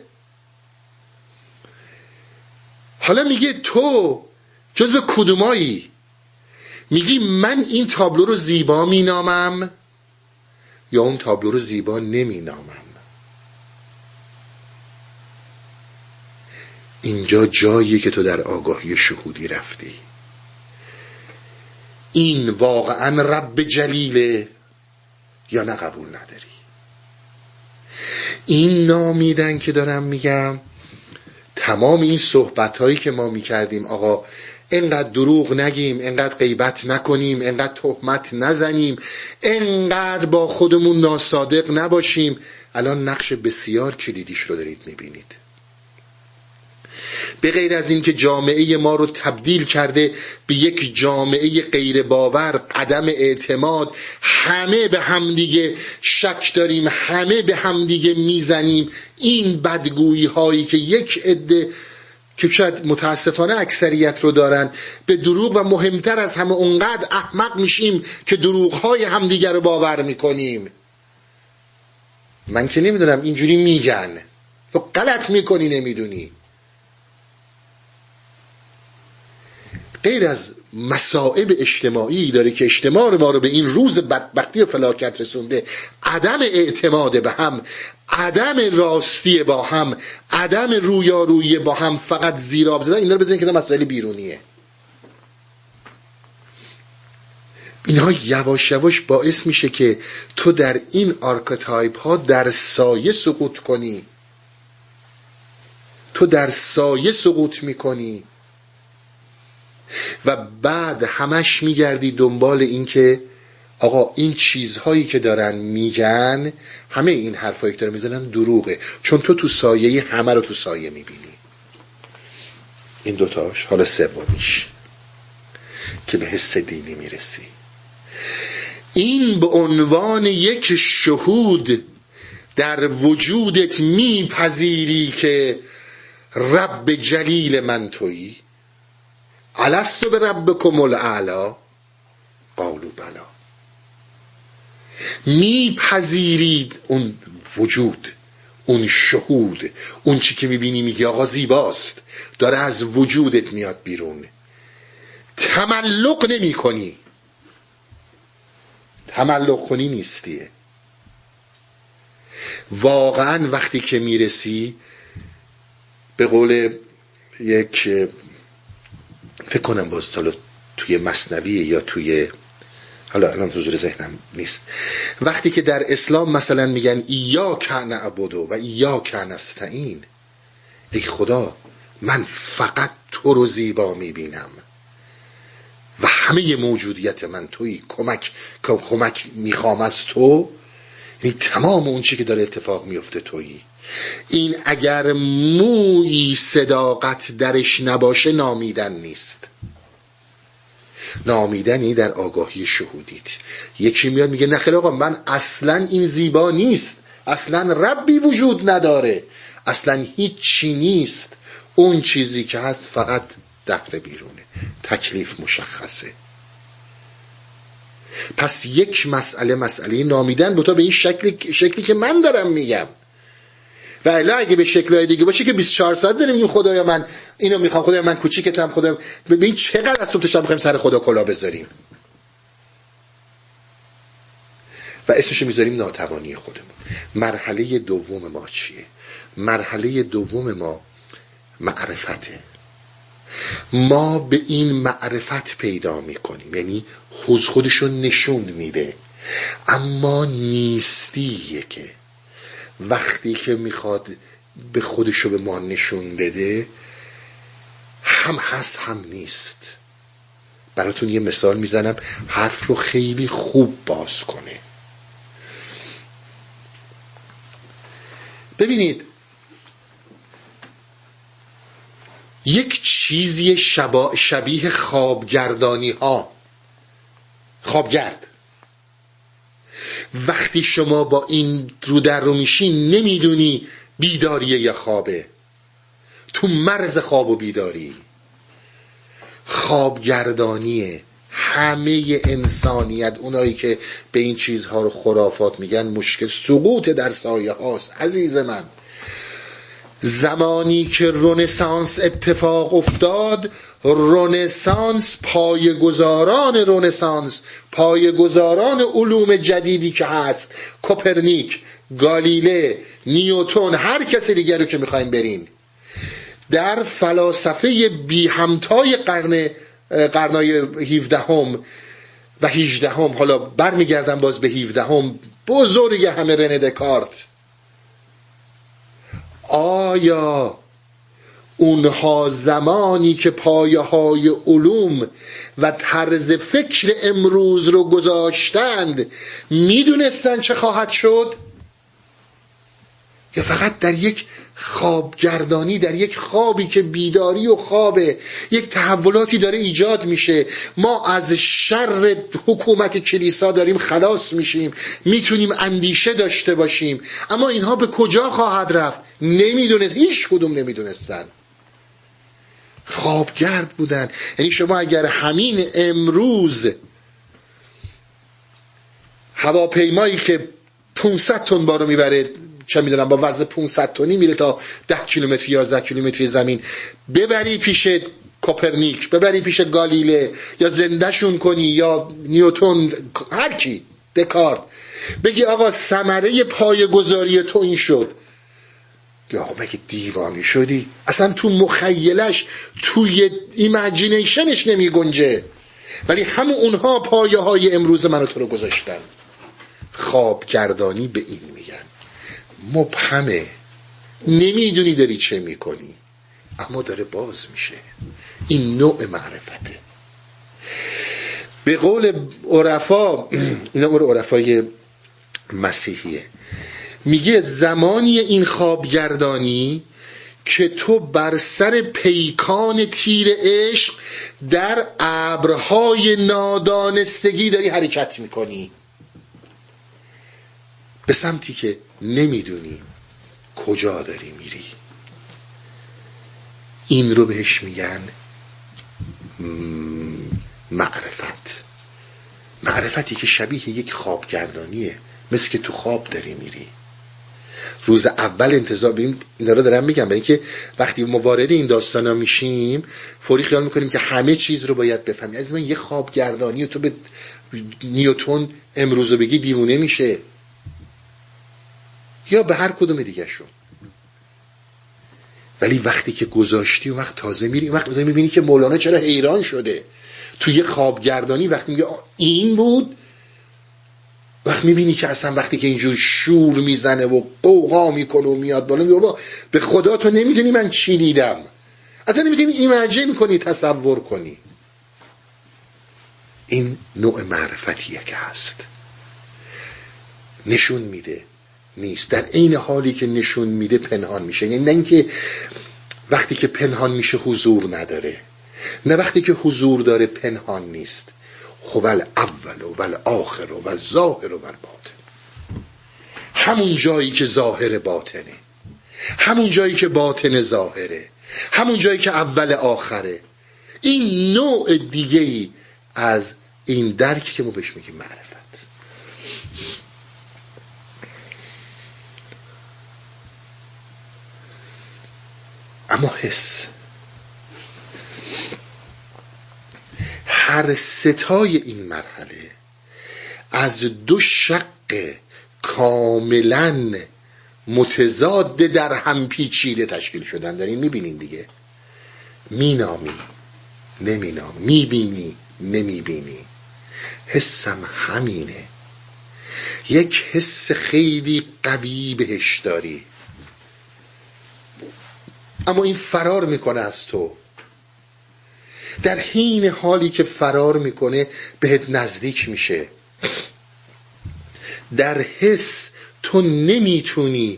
[SPEAKER 1] حالا میگه تو جزو کدومایی؟ میگی من این تابلو رو زیبا مینامم یا اون تابلو رو زیبا نمینامم؟ اینجا جاییه که تو در آگاهی شهودی رفتی. این واقعا رب جلیله یا نه قبول نداری؟ این نامیدن که دارم میگم، تمام این صحبت هایی که ما میکردیم آقا اینقدر دروغ نگیم، اینقدر غیبت نکنیم، اینقدر تهمت نزنیم، اینقدر با خودمون ناصادق نباشیم، الان نقش بسیار کلیدیش رو دارید میبینید. به غیر از این که جامعه ما رو تبدیل کرده به یک جامعه غیر باور، عدم اعتماد، همه به همدیگه شک داریم، همه به همدیگه میزنیم. این بدگویی هایی که یک عده که شاید متاسفانه اکثریت رو دارن به دروغ، و مهمتر از همه اونقدر احمق میشیم که دروغ های همدیگه رو باور میکنیم. من که نمیدونم اینجوری میگن، تو غلط میکنی نمیدونی. غیر از مصائب اجتماعی داره که اجتماع ما رو به این روز بدبختی و فلاکت رسونده، عدم اعتماد به هم، عدم راستی با هم، عدم رویارویی با هم، فقط زیراب زدن. اینا رو بزنین که مسائل بیرونیه. اینها یواش یواش باعث میشه که تو در این آرکتایپ ها در سایه سقوط کنی. تو در سایه سقوط میکنی و بعد همش میگردی دنبال این که آقا این چیزهایی که دارن میگن، همه این حرفایی که دارن میزنن دروغه، چون تو تو سایه همه رو تو سایه میبینی. این دوتاش. حالا سومیش که به حس دینی میرسی، این به عنوان یک شهود در وجودت میپذیری که رب جلیل من تویی. الستو به ربکم الاعلی قالوا بلی. میپذیرید اون وجود، اون شهود، اون چی که میبینی میگی آقا زیباست، داره از وجودت میاد بیرون. تملق نمی کنی، تملق کنی نیستیه. واقعا وقتی که میرسی به قول یک، فکر کنم باز حالا توی مثنوی یا توی، حالا الان تو حضور ذهنم نیست، وقتی که در اسلام مثلا میگن ایاک نعبد و ایاک نستعین، ای خدا من فقط تو رو زیبا میبینم و همه موجودیت من تویی، کمک کمک میخوام از تو، این تمام اون چی که داره اتفاق میفته تویی. این اگر مویی صداقت درش نباشه نامیدن نیست. نامیدنی در آگاهی شهودیت. یکی میاد میگه نخیر آقا من اصلا این زیبا نیست، اصلا ربی وجود نداره، اصلا هیچ چی نیست، اون چیزی که هست فقط دهر بیرونه، تکلیف مشخصه. پس یک مسئله مسئله نامیدن بودا به این شکلی شکلی که من دارم میگم، و الا اگه به شکل‌های دیگه باشه که بیست و چهار ساعت داریم میگیم خدایا من اینو میخوام، خدایا من کوچیکتم، خدایا ببین چقدر از صبح تا شب میخوایم سر خدا کلا بذاریم و اسمشو میذاریم ناتوانی خودمون. مرحله دوم ما چیه؟ مرحله دوم ما معرفته. ما به این معرفت پیدا میکنیم، یعنی خود خودشو نشون میده، اما نیستیه که وقتی که میخواد به خودشو به ما نشون بده هم هست هم نیست. براتون یه مثال میزنم حرف رو خیلی خوب باز کنه. ببینید یک چیزی شبا شبیه خوابگردانی ها، خوابگرد، وقتی شما با این رو در رو میشین نمیدونی بیداریه یا خوابه، تو مرز خواب و بیداری. خوابگردانیه. همه انسانیت، اونایی که به این چیزها رو خرافات میگن، مشکل سقوط در سایه هاست عزیز من. زمانی که رنسانس اتفاق افتاد، رنسانس پایه‌گذاران رنسانس، پایه‌گذاران علوم جدیدی که هست، کوپرنیک، گالیله، نیوتن، هر کسی دیگر رو که میخوایم برین، در فلاسفه بی همتای قرن قرنای هفدهم و هجدهم، حالا برمیگردم باز به هفدهم، بزرگ همه رنه دکارت، آیا اونها زمانی که پایه های علوم و طرز فکر امروز رو گذاشتند میدونستن چه خواهد شد؟ یا فقط در یک خوابگردانی، در یک خوابی که بیداری و خوابه، یک تحولاتی داره ایجاد میشه، ما از شر حکومت کلیسا داریم خلاص میشیم، میتونیم اندیشه داشته باشیم، اما اینها به کجا خواهد رفت؟ نمیدونست، هیچ کدوم نمیدونستن، خوابگرد بودن. یعنی شما اگر همین امروز هواپیمایی که پانصد تن بارو میبره، چه میدونم با وزن پانصد تنی میره تا ده کیلومتر یازده کیلومتر زمین، ببری پیش کوپرنیک، ببری پیش گالیله، یا زندهشون کنی، یا نیوتن، هر کی، دکارت، بگی آقا ثمره پایه‌گذاری تو این شد، یا آقا مگه دیوانه شدی؟ اصلا تو مخیلش، توی ایمیجینیشنش نمی گنجه، ولی همون اونها پایه های امروز منو تو رو گذاشتن. خوابگردانی به این میگن. مبهمه، نمیدونی داری چه میکنی. اما داره باز میشه. این نوع معرفته. به قول عرفا، این قول عرفای مسیحیه، میگه زمانی این خوابگردانی که تو بر سر پیکان تیر عشق در ابرهای نادانستگی داری حرکت میکنی به سمتی که نمیدونی کجا داری میری. این رو بهش میگن معرفت. معرفتی که شبیه یک خوابگردانیه، مثل که تو خواب داری میری. روز اول انتظار ببین، اینا رو دارم میگم برای اینکه وقتی ما وارد این داستانا میشیم فوری خیال میکنیم که همه چیز رو باید بفهمیم. از من یه خوابگردانی و تو به نیوتن امروز بگی دیوونه میشه، یا به هر کدوم دیگه شون. ولی وقتی که گذاشتی و وقت تازه میری، وقت تازه میبینی که مولانا چرا حیران شده تو یه خوابگردانی. وقتی میگه این بود، وقت میبینی که اصلا وقتی که اینجور شور میزنه و قوقا میکنه و میاد بالا، میگه بابا به خدا تو نمیدونی من چی دیدم، اصلا نمیتونی ایمجین کنی، تصور کنی. این نوع معرفتیه که هست. نشون میده نیست، در عین حالی که نشون میده پنهان میشه. یعنی نه اینکه وقتی که پنهان میشه حضور نداره، نه وقتی که حضور داره پنهان نیست. خب الاول و الآخر و الظاهر و الباطن، همون جایی که ظاهر باطنه، همون جایی که باطن ظاهره، همون جایی که اول آخره. این نوع دیگه‌ای از این درکی که ما بهش میگیم معرفت. اما حس، هر ستای این مرحله از دو شق کاملا متضاد در هم پیچیده تشکیل شدن. دارین میبینین دیگه، مینامی نمینامی، میبینی نمیبینی. حسم همینه، یک حس خیلی قوی بهش داری، اما این فرار میکنه از تو. در حین حالی که فرار میکنه بهت نزدیک میشه. در حس تو نمیتونی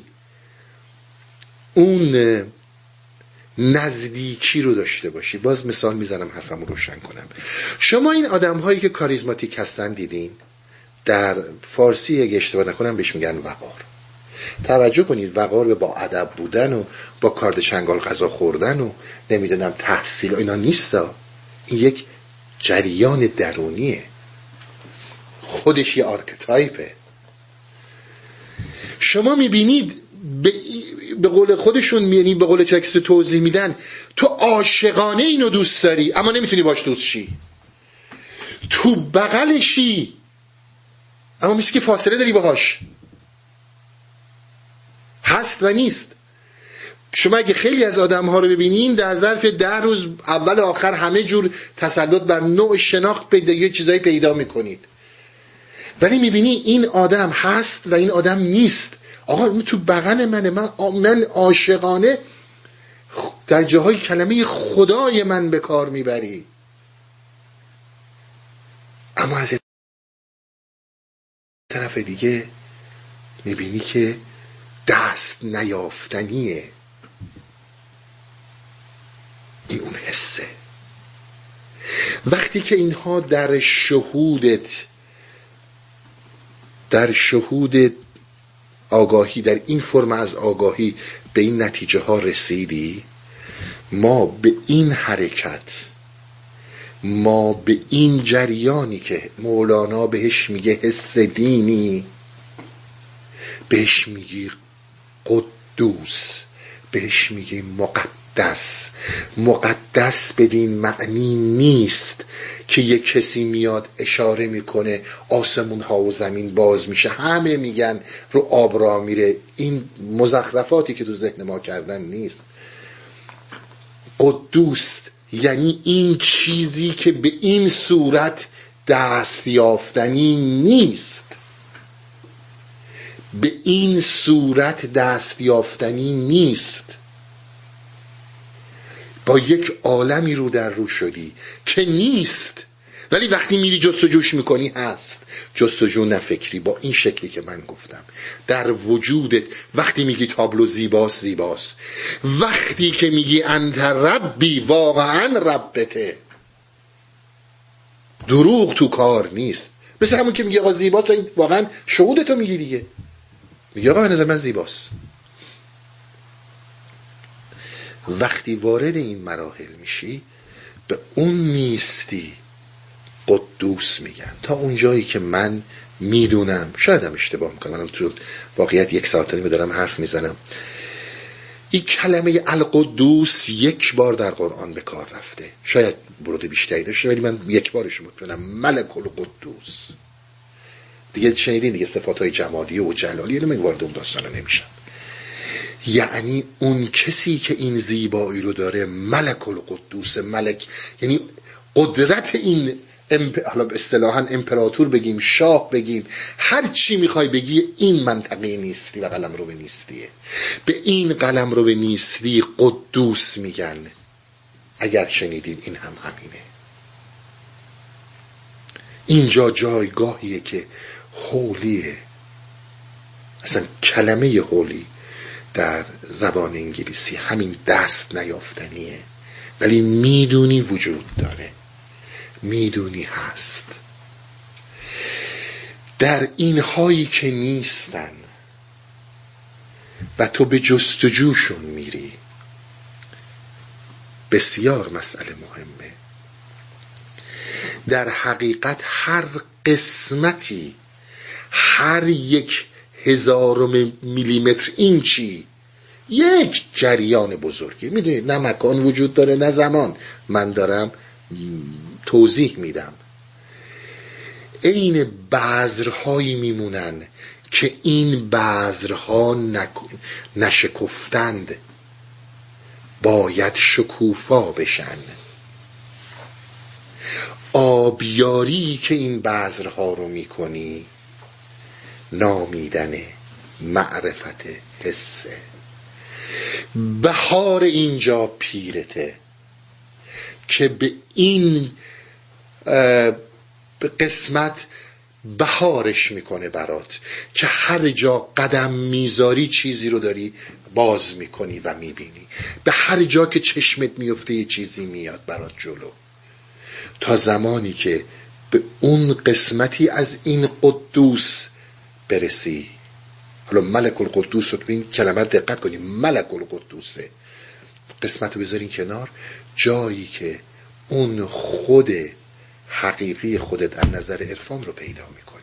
[SPEAKER 1] اون نزدیکی رو داشته باشی. باز مثال میزنم حرفمو روشن کنم. شما این آدم هایی که کاریزماتیک هستن دیدین؟ در فارسی اگه اشتباه نکنم بهش میگن وقار. توجه کنید، وقار به با ادب بودن و با کارد چنگال غذا خوردن و نمیدونم تحصیل و اینا نیستا. این یک جریان درونیه، خودش یه آرکتایپه. شما میبینید به, به قول خودشون، یعنی به قول چکس توضیح میدن، تو عاشقانه اینو دوست داری اما نمیتونی باش دوست شی، تو بغلشی اما مثل که فاصله داری باهاش، هست و نیست. شما اگه خیلی از آدم ها رو ببینین در ظرف ده روز اول آخر همه جور تسلط بر نوع شناخت پیدا، یه چیزایی پیدا میکنید، ولی میبینی این آدم هست و این آدم نیست. آقا این تو بغل منه، من من عاشقانه در جاهای کلمه خدای من به کار میبری، اما از طرف دیگه میبینی که دست نیافتنیه. این اون حسه. وقتی که اینها در شهودت، در شهود آگاهی، در این فرم از آگاهی به این نتیجه ها رسیدی، ما به این حرکت، ما به این جریانی که مولانا بهش میگه حس دینی، بهش میگی قدوس، بهش میگی مقدس. مقدس بدین معنی نیست که یک کسی میاد اشاره میکنه آسمون ها و زمین باز میشه، همه میگن رو آب را میره. این مزخرفاتی که تو ذهن ما کردن نیست. قدوس یعنی این چیزی که به این صورت دست یافتنی نیست، به این صورت دست یافتنی نیست. با یک عالمی رو در رو شدی که نیست، ولی وقتی میری جستجوش میکنی هست. جستجو نه فکری، با این شکلی که من گفتم در وجودت. وقتی میگی تابلو زیباست، زیباست. وقتی که میگی انت ربی، واقعا ربته، دروغ تو کار نیست. مثل همون که میگی آقا زیباست، واقعا شهودتو میگی دیگه، میگی آقا نظر من زیباست. وقتی وارد این مراحل میشی به اون نیستی قدوس میگن. تا اون جایی که من میدونم، شاید هم اشتباه میکنم، من تو واقعیت یک ساعت نیمه دارم حرف میزنم، این کلمه القدوس یک بار در قرآن به کار رفته، شاید برود بیشتری داشته، ولی من یک بارش میتونم ملک القدوس. دیگه شنیدین دیگه صفاتهای جمالی و جلالی، من وارد اون داستانا نمیشم. یعنی اون کسی که این زیبایی رو داره ملک القدوس. ملک یعنی قدرت این امپ... حالا اصطلاحاً امپراتور بگیم، شاه بگیم، هر چی میخوای بگی، این منطقه نیستی و قلم رو به نیستیه. به این قلم رو به نیستی قدوس میگن. اگر شنیدین این هم همینه. اینجا جایگاهیه که هولیه. اصلا کلمه هولی در زبان انگلیسی همین دست نیافتنیه، ولی میدونی وجود داره، میدونی هست. در اینهایی که نیستن و تو به جستجوشون میری، بسیار مسئله مهمه. در حقیقت هر قسمتی، هر یک هزارم میلیمتر اینچی یک جریان بزرگی. میدونید نه مکان وجود داره نه زمان، من دارم توضیح میدم. این بذرهایی میمونن که این بذرها نشکفتند، باید شکوفا بشن. آبیاری که این بذرها رو میکنی نامیدن معرفت حسه. بهار اینجا پیرته که به این قسمت بهارش میکنه برات، که هر جا قدم میذاری چیزی رو داری باز میکنی و میبینی. به هر جا که چشمت میفته یه چیزی میاد برات جلو، تا زمانی که به اون قسمتی از این قدوس برسی. حالا ملک القدوس رو ببین، کلمه رو دقت کنی، ملک القدوسه. قسمت رو بذارین کنار، جایی که اون خود حقیقی خودت از نظر عرفان رو پیدا میکنی.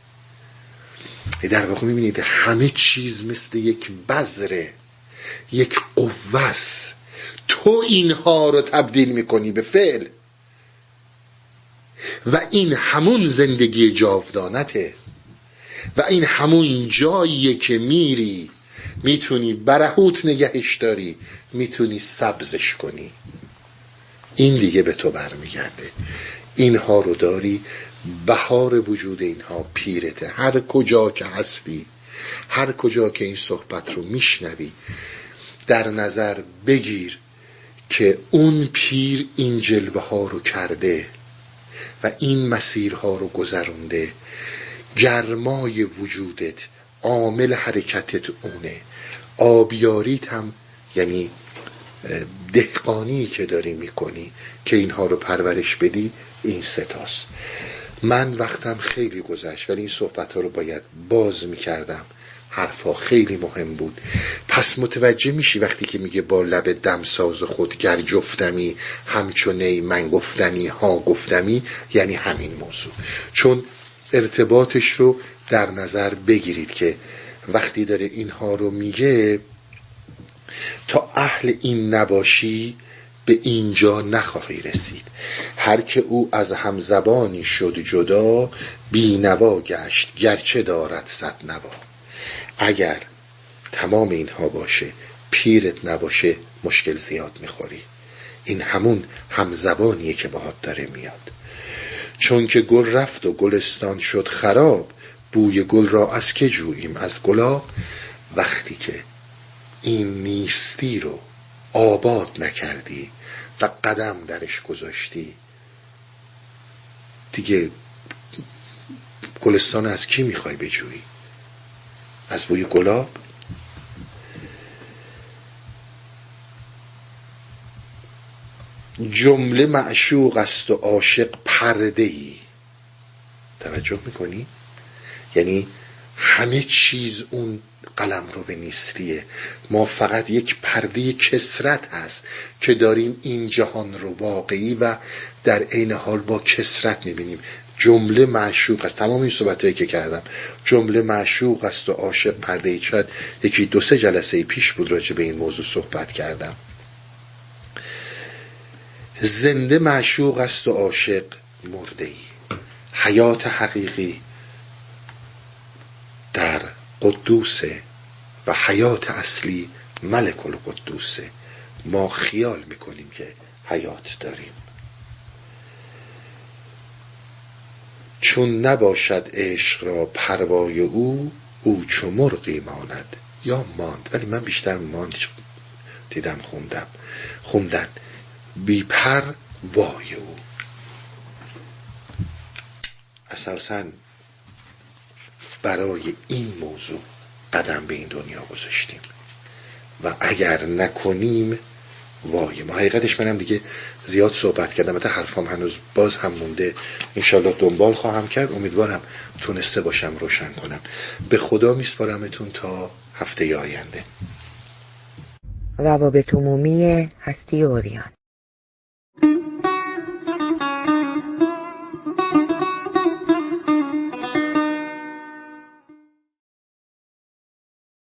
[SPEAKER 1] در واقع میبینید همه چیز مثل یک بذره، یک قوس. تو اینها رو تبدیل میکنی به فعل و این همون زندگی جاودانته و این همون جاییه که میری میتونی برهوت نگهش داری، میتونی سبزش کنی. این دیگه به تو برمیگرده. اینها رو داری، بهار وجود اینها پیرته. هر کجا که هستی، هر کجا که این صحبت رو میشنوی، در نظر بگیر که اون پیر این جلوه ها رو کرده و این مسیرها رو گذرونده. گرمای وجودت عامل حرکتت اونه. آبیاریت هم یعنی دهقانی که داری میکنی که اینها رو پرورش بدی، این ستاست. من وقتم خیلی گذشت ولی این صحبت ها رو باید باز میکردم. حرفا خیلی مهم بود. پس متوجه میشی وقتی که میگه با لب دمساز خود گر جفتمی، همچون نی من گفتنی ها گفتمی، یعنی همین موضوع. چون ارتباطش رو در نظر بگیرید که وقتی داره اینها رو میگه، تا اهل این نباشی به اینجا نخواهی رسید. هر که او از همزبانی شد جدا، بی نوا گشت گرچه دارد صد نوا. اگر تمام اینها باشه پیرت نباشه مشکل زیاد میخوری. این همون همزبانیه که باهات داره میاد. چون که گل رفت و گلستان شد خراب، بوی گل را از که جوییم از گلاب. وقتی که این نیستی رو آباد نکردی و قدم درش گذاشتی، دیگه گلستان از کی میخوای بجویی؟ از بوی گلاب؟ جمله معشوق است و عاشق پرده ای. توجه میکنی؟ یعنی همه چیز اون قلم رو به نیستیه، ما فقط یک پرده کسرت هست که داریم این جهان رو واقعی و در عین حال با کسرت میبینیم. جمله معشوق است، تمام این صحبتایی که کردم جمله معشوق است و عاشق پرده ای. شاید یکی دو سه جلسه پیش بود راجع به این موضوع صحبت کردم. زنده معشوق است و عاشق مرده ای. حیات حقیقی در قدوسه و حیات اصلی ملک القدوسه. ما خیال میکنیم که حیات داریم. چون نباشد عشق را پروای او، او چو مرغی ماند یا ماند، ولی من بیشتر ماند دیدم خوندم خوندن بی پر وای او. اساساً برای این موضوع قدم به این دنیا گذاشتیم و اگر نکنیم وای ما. حقیقتش منم دیگه زیاد صحبت کردم، البته حرفام هنوز باز هم مونده، انشالله دنبال خواهم کرد، امیدوارم تونسته باشم روشن کنم. به خدا میسپارمتون تا هفته آینده.
[SPEAKER 2] روابط عمومی هستی اوریان.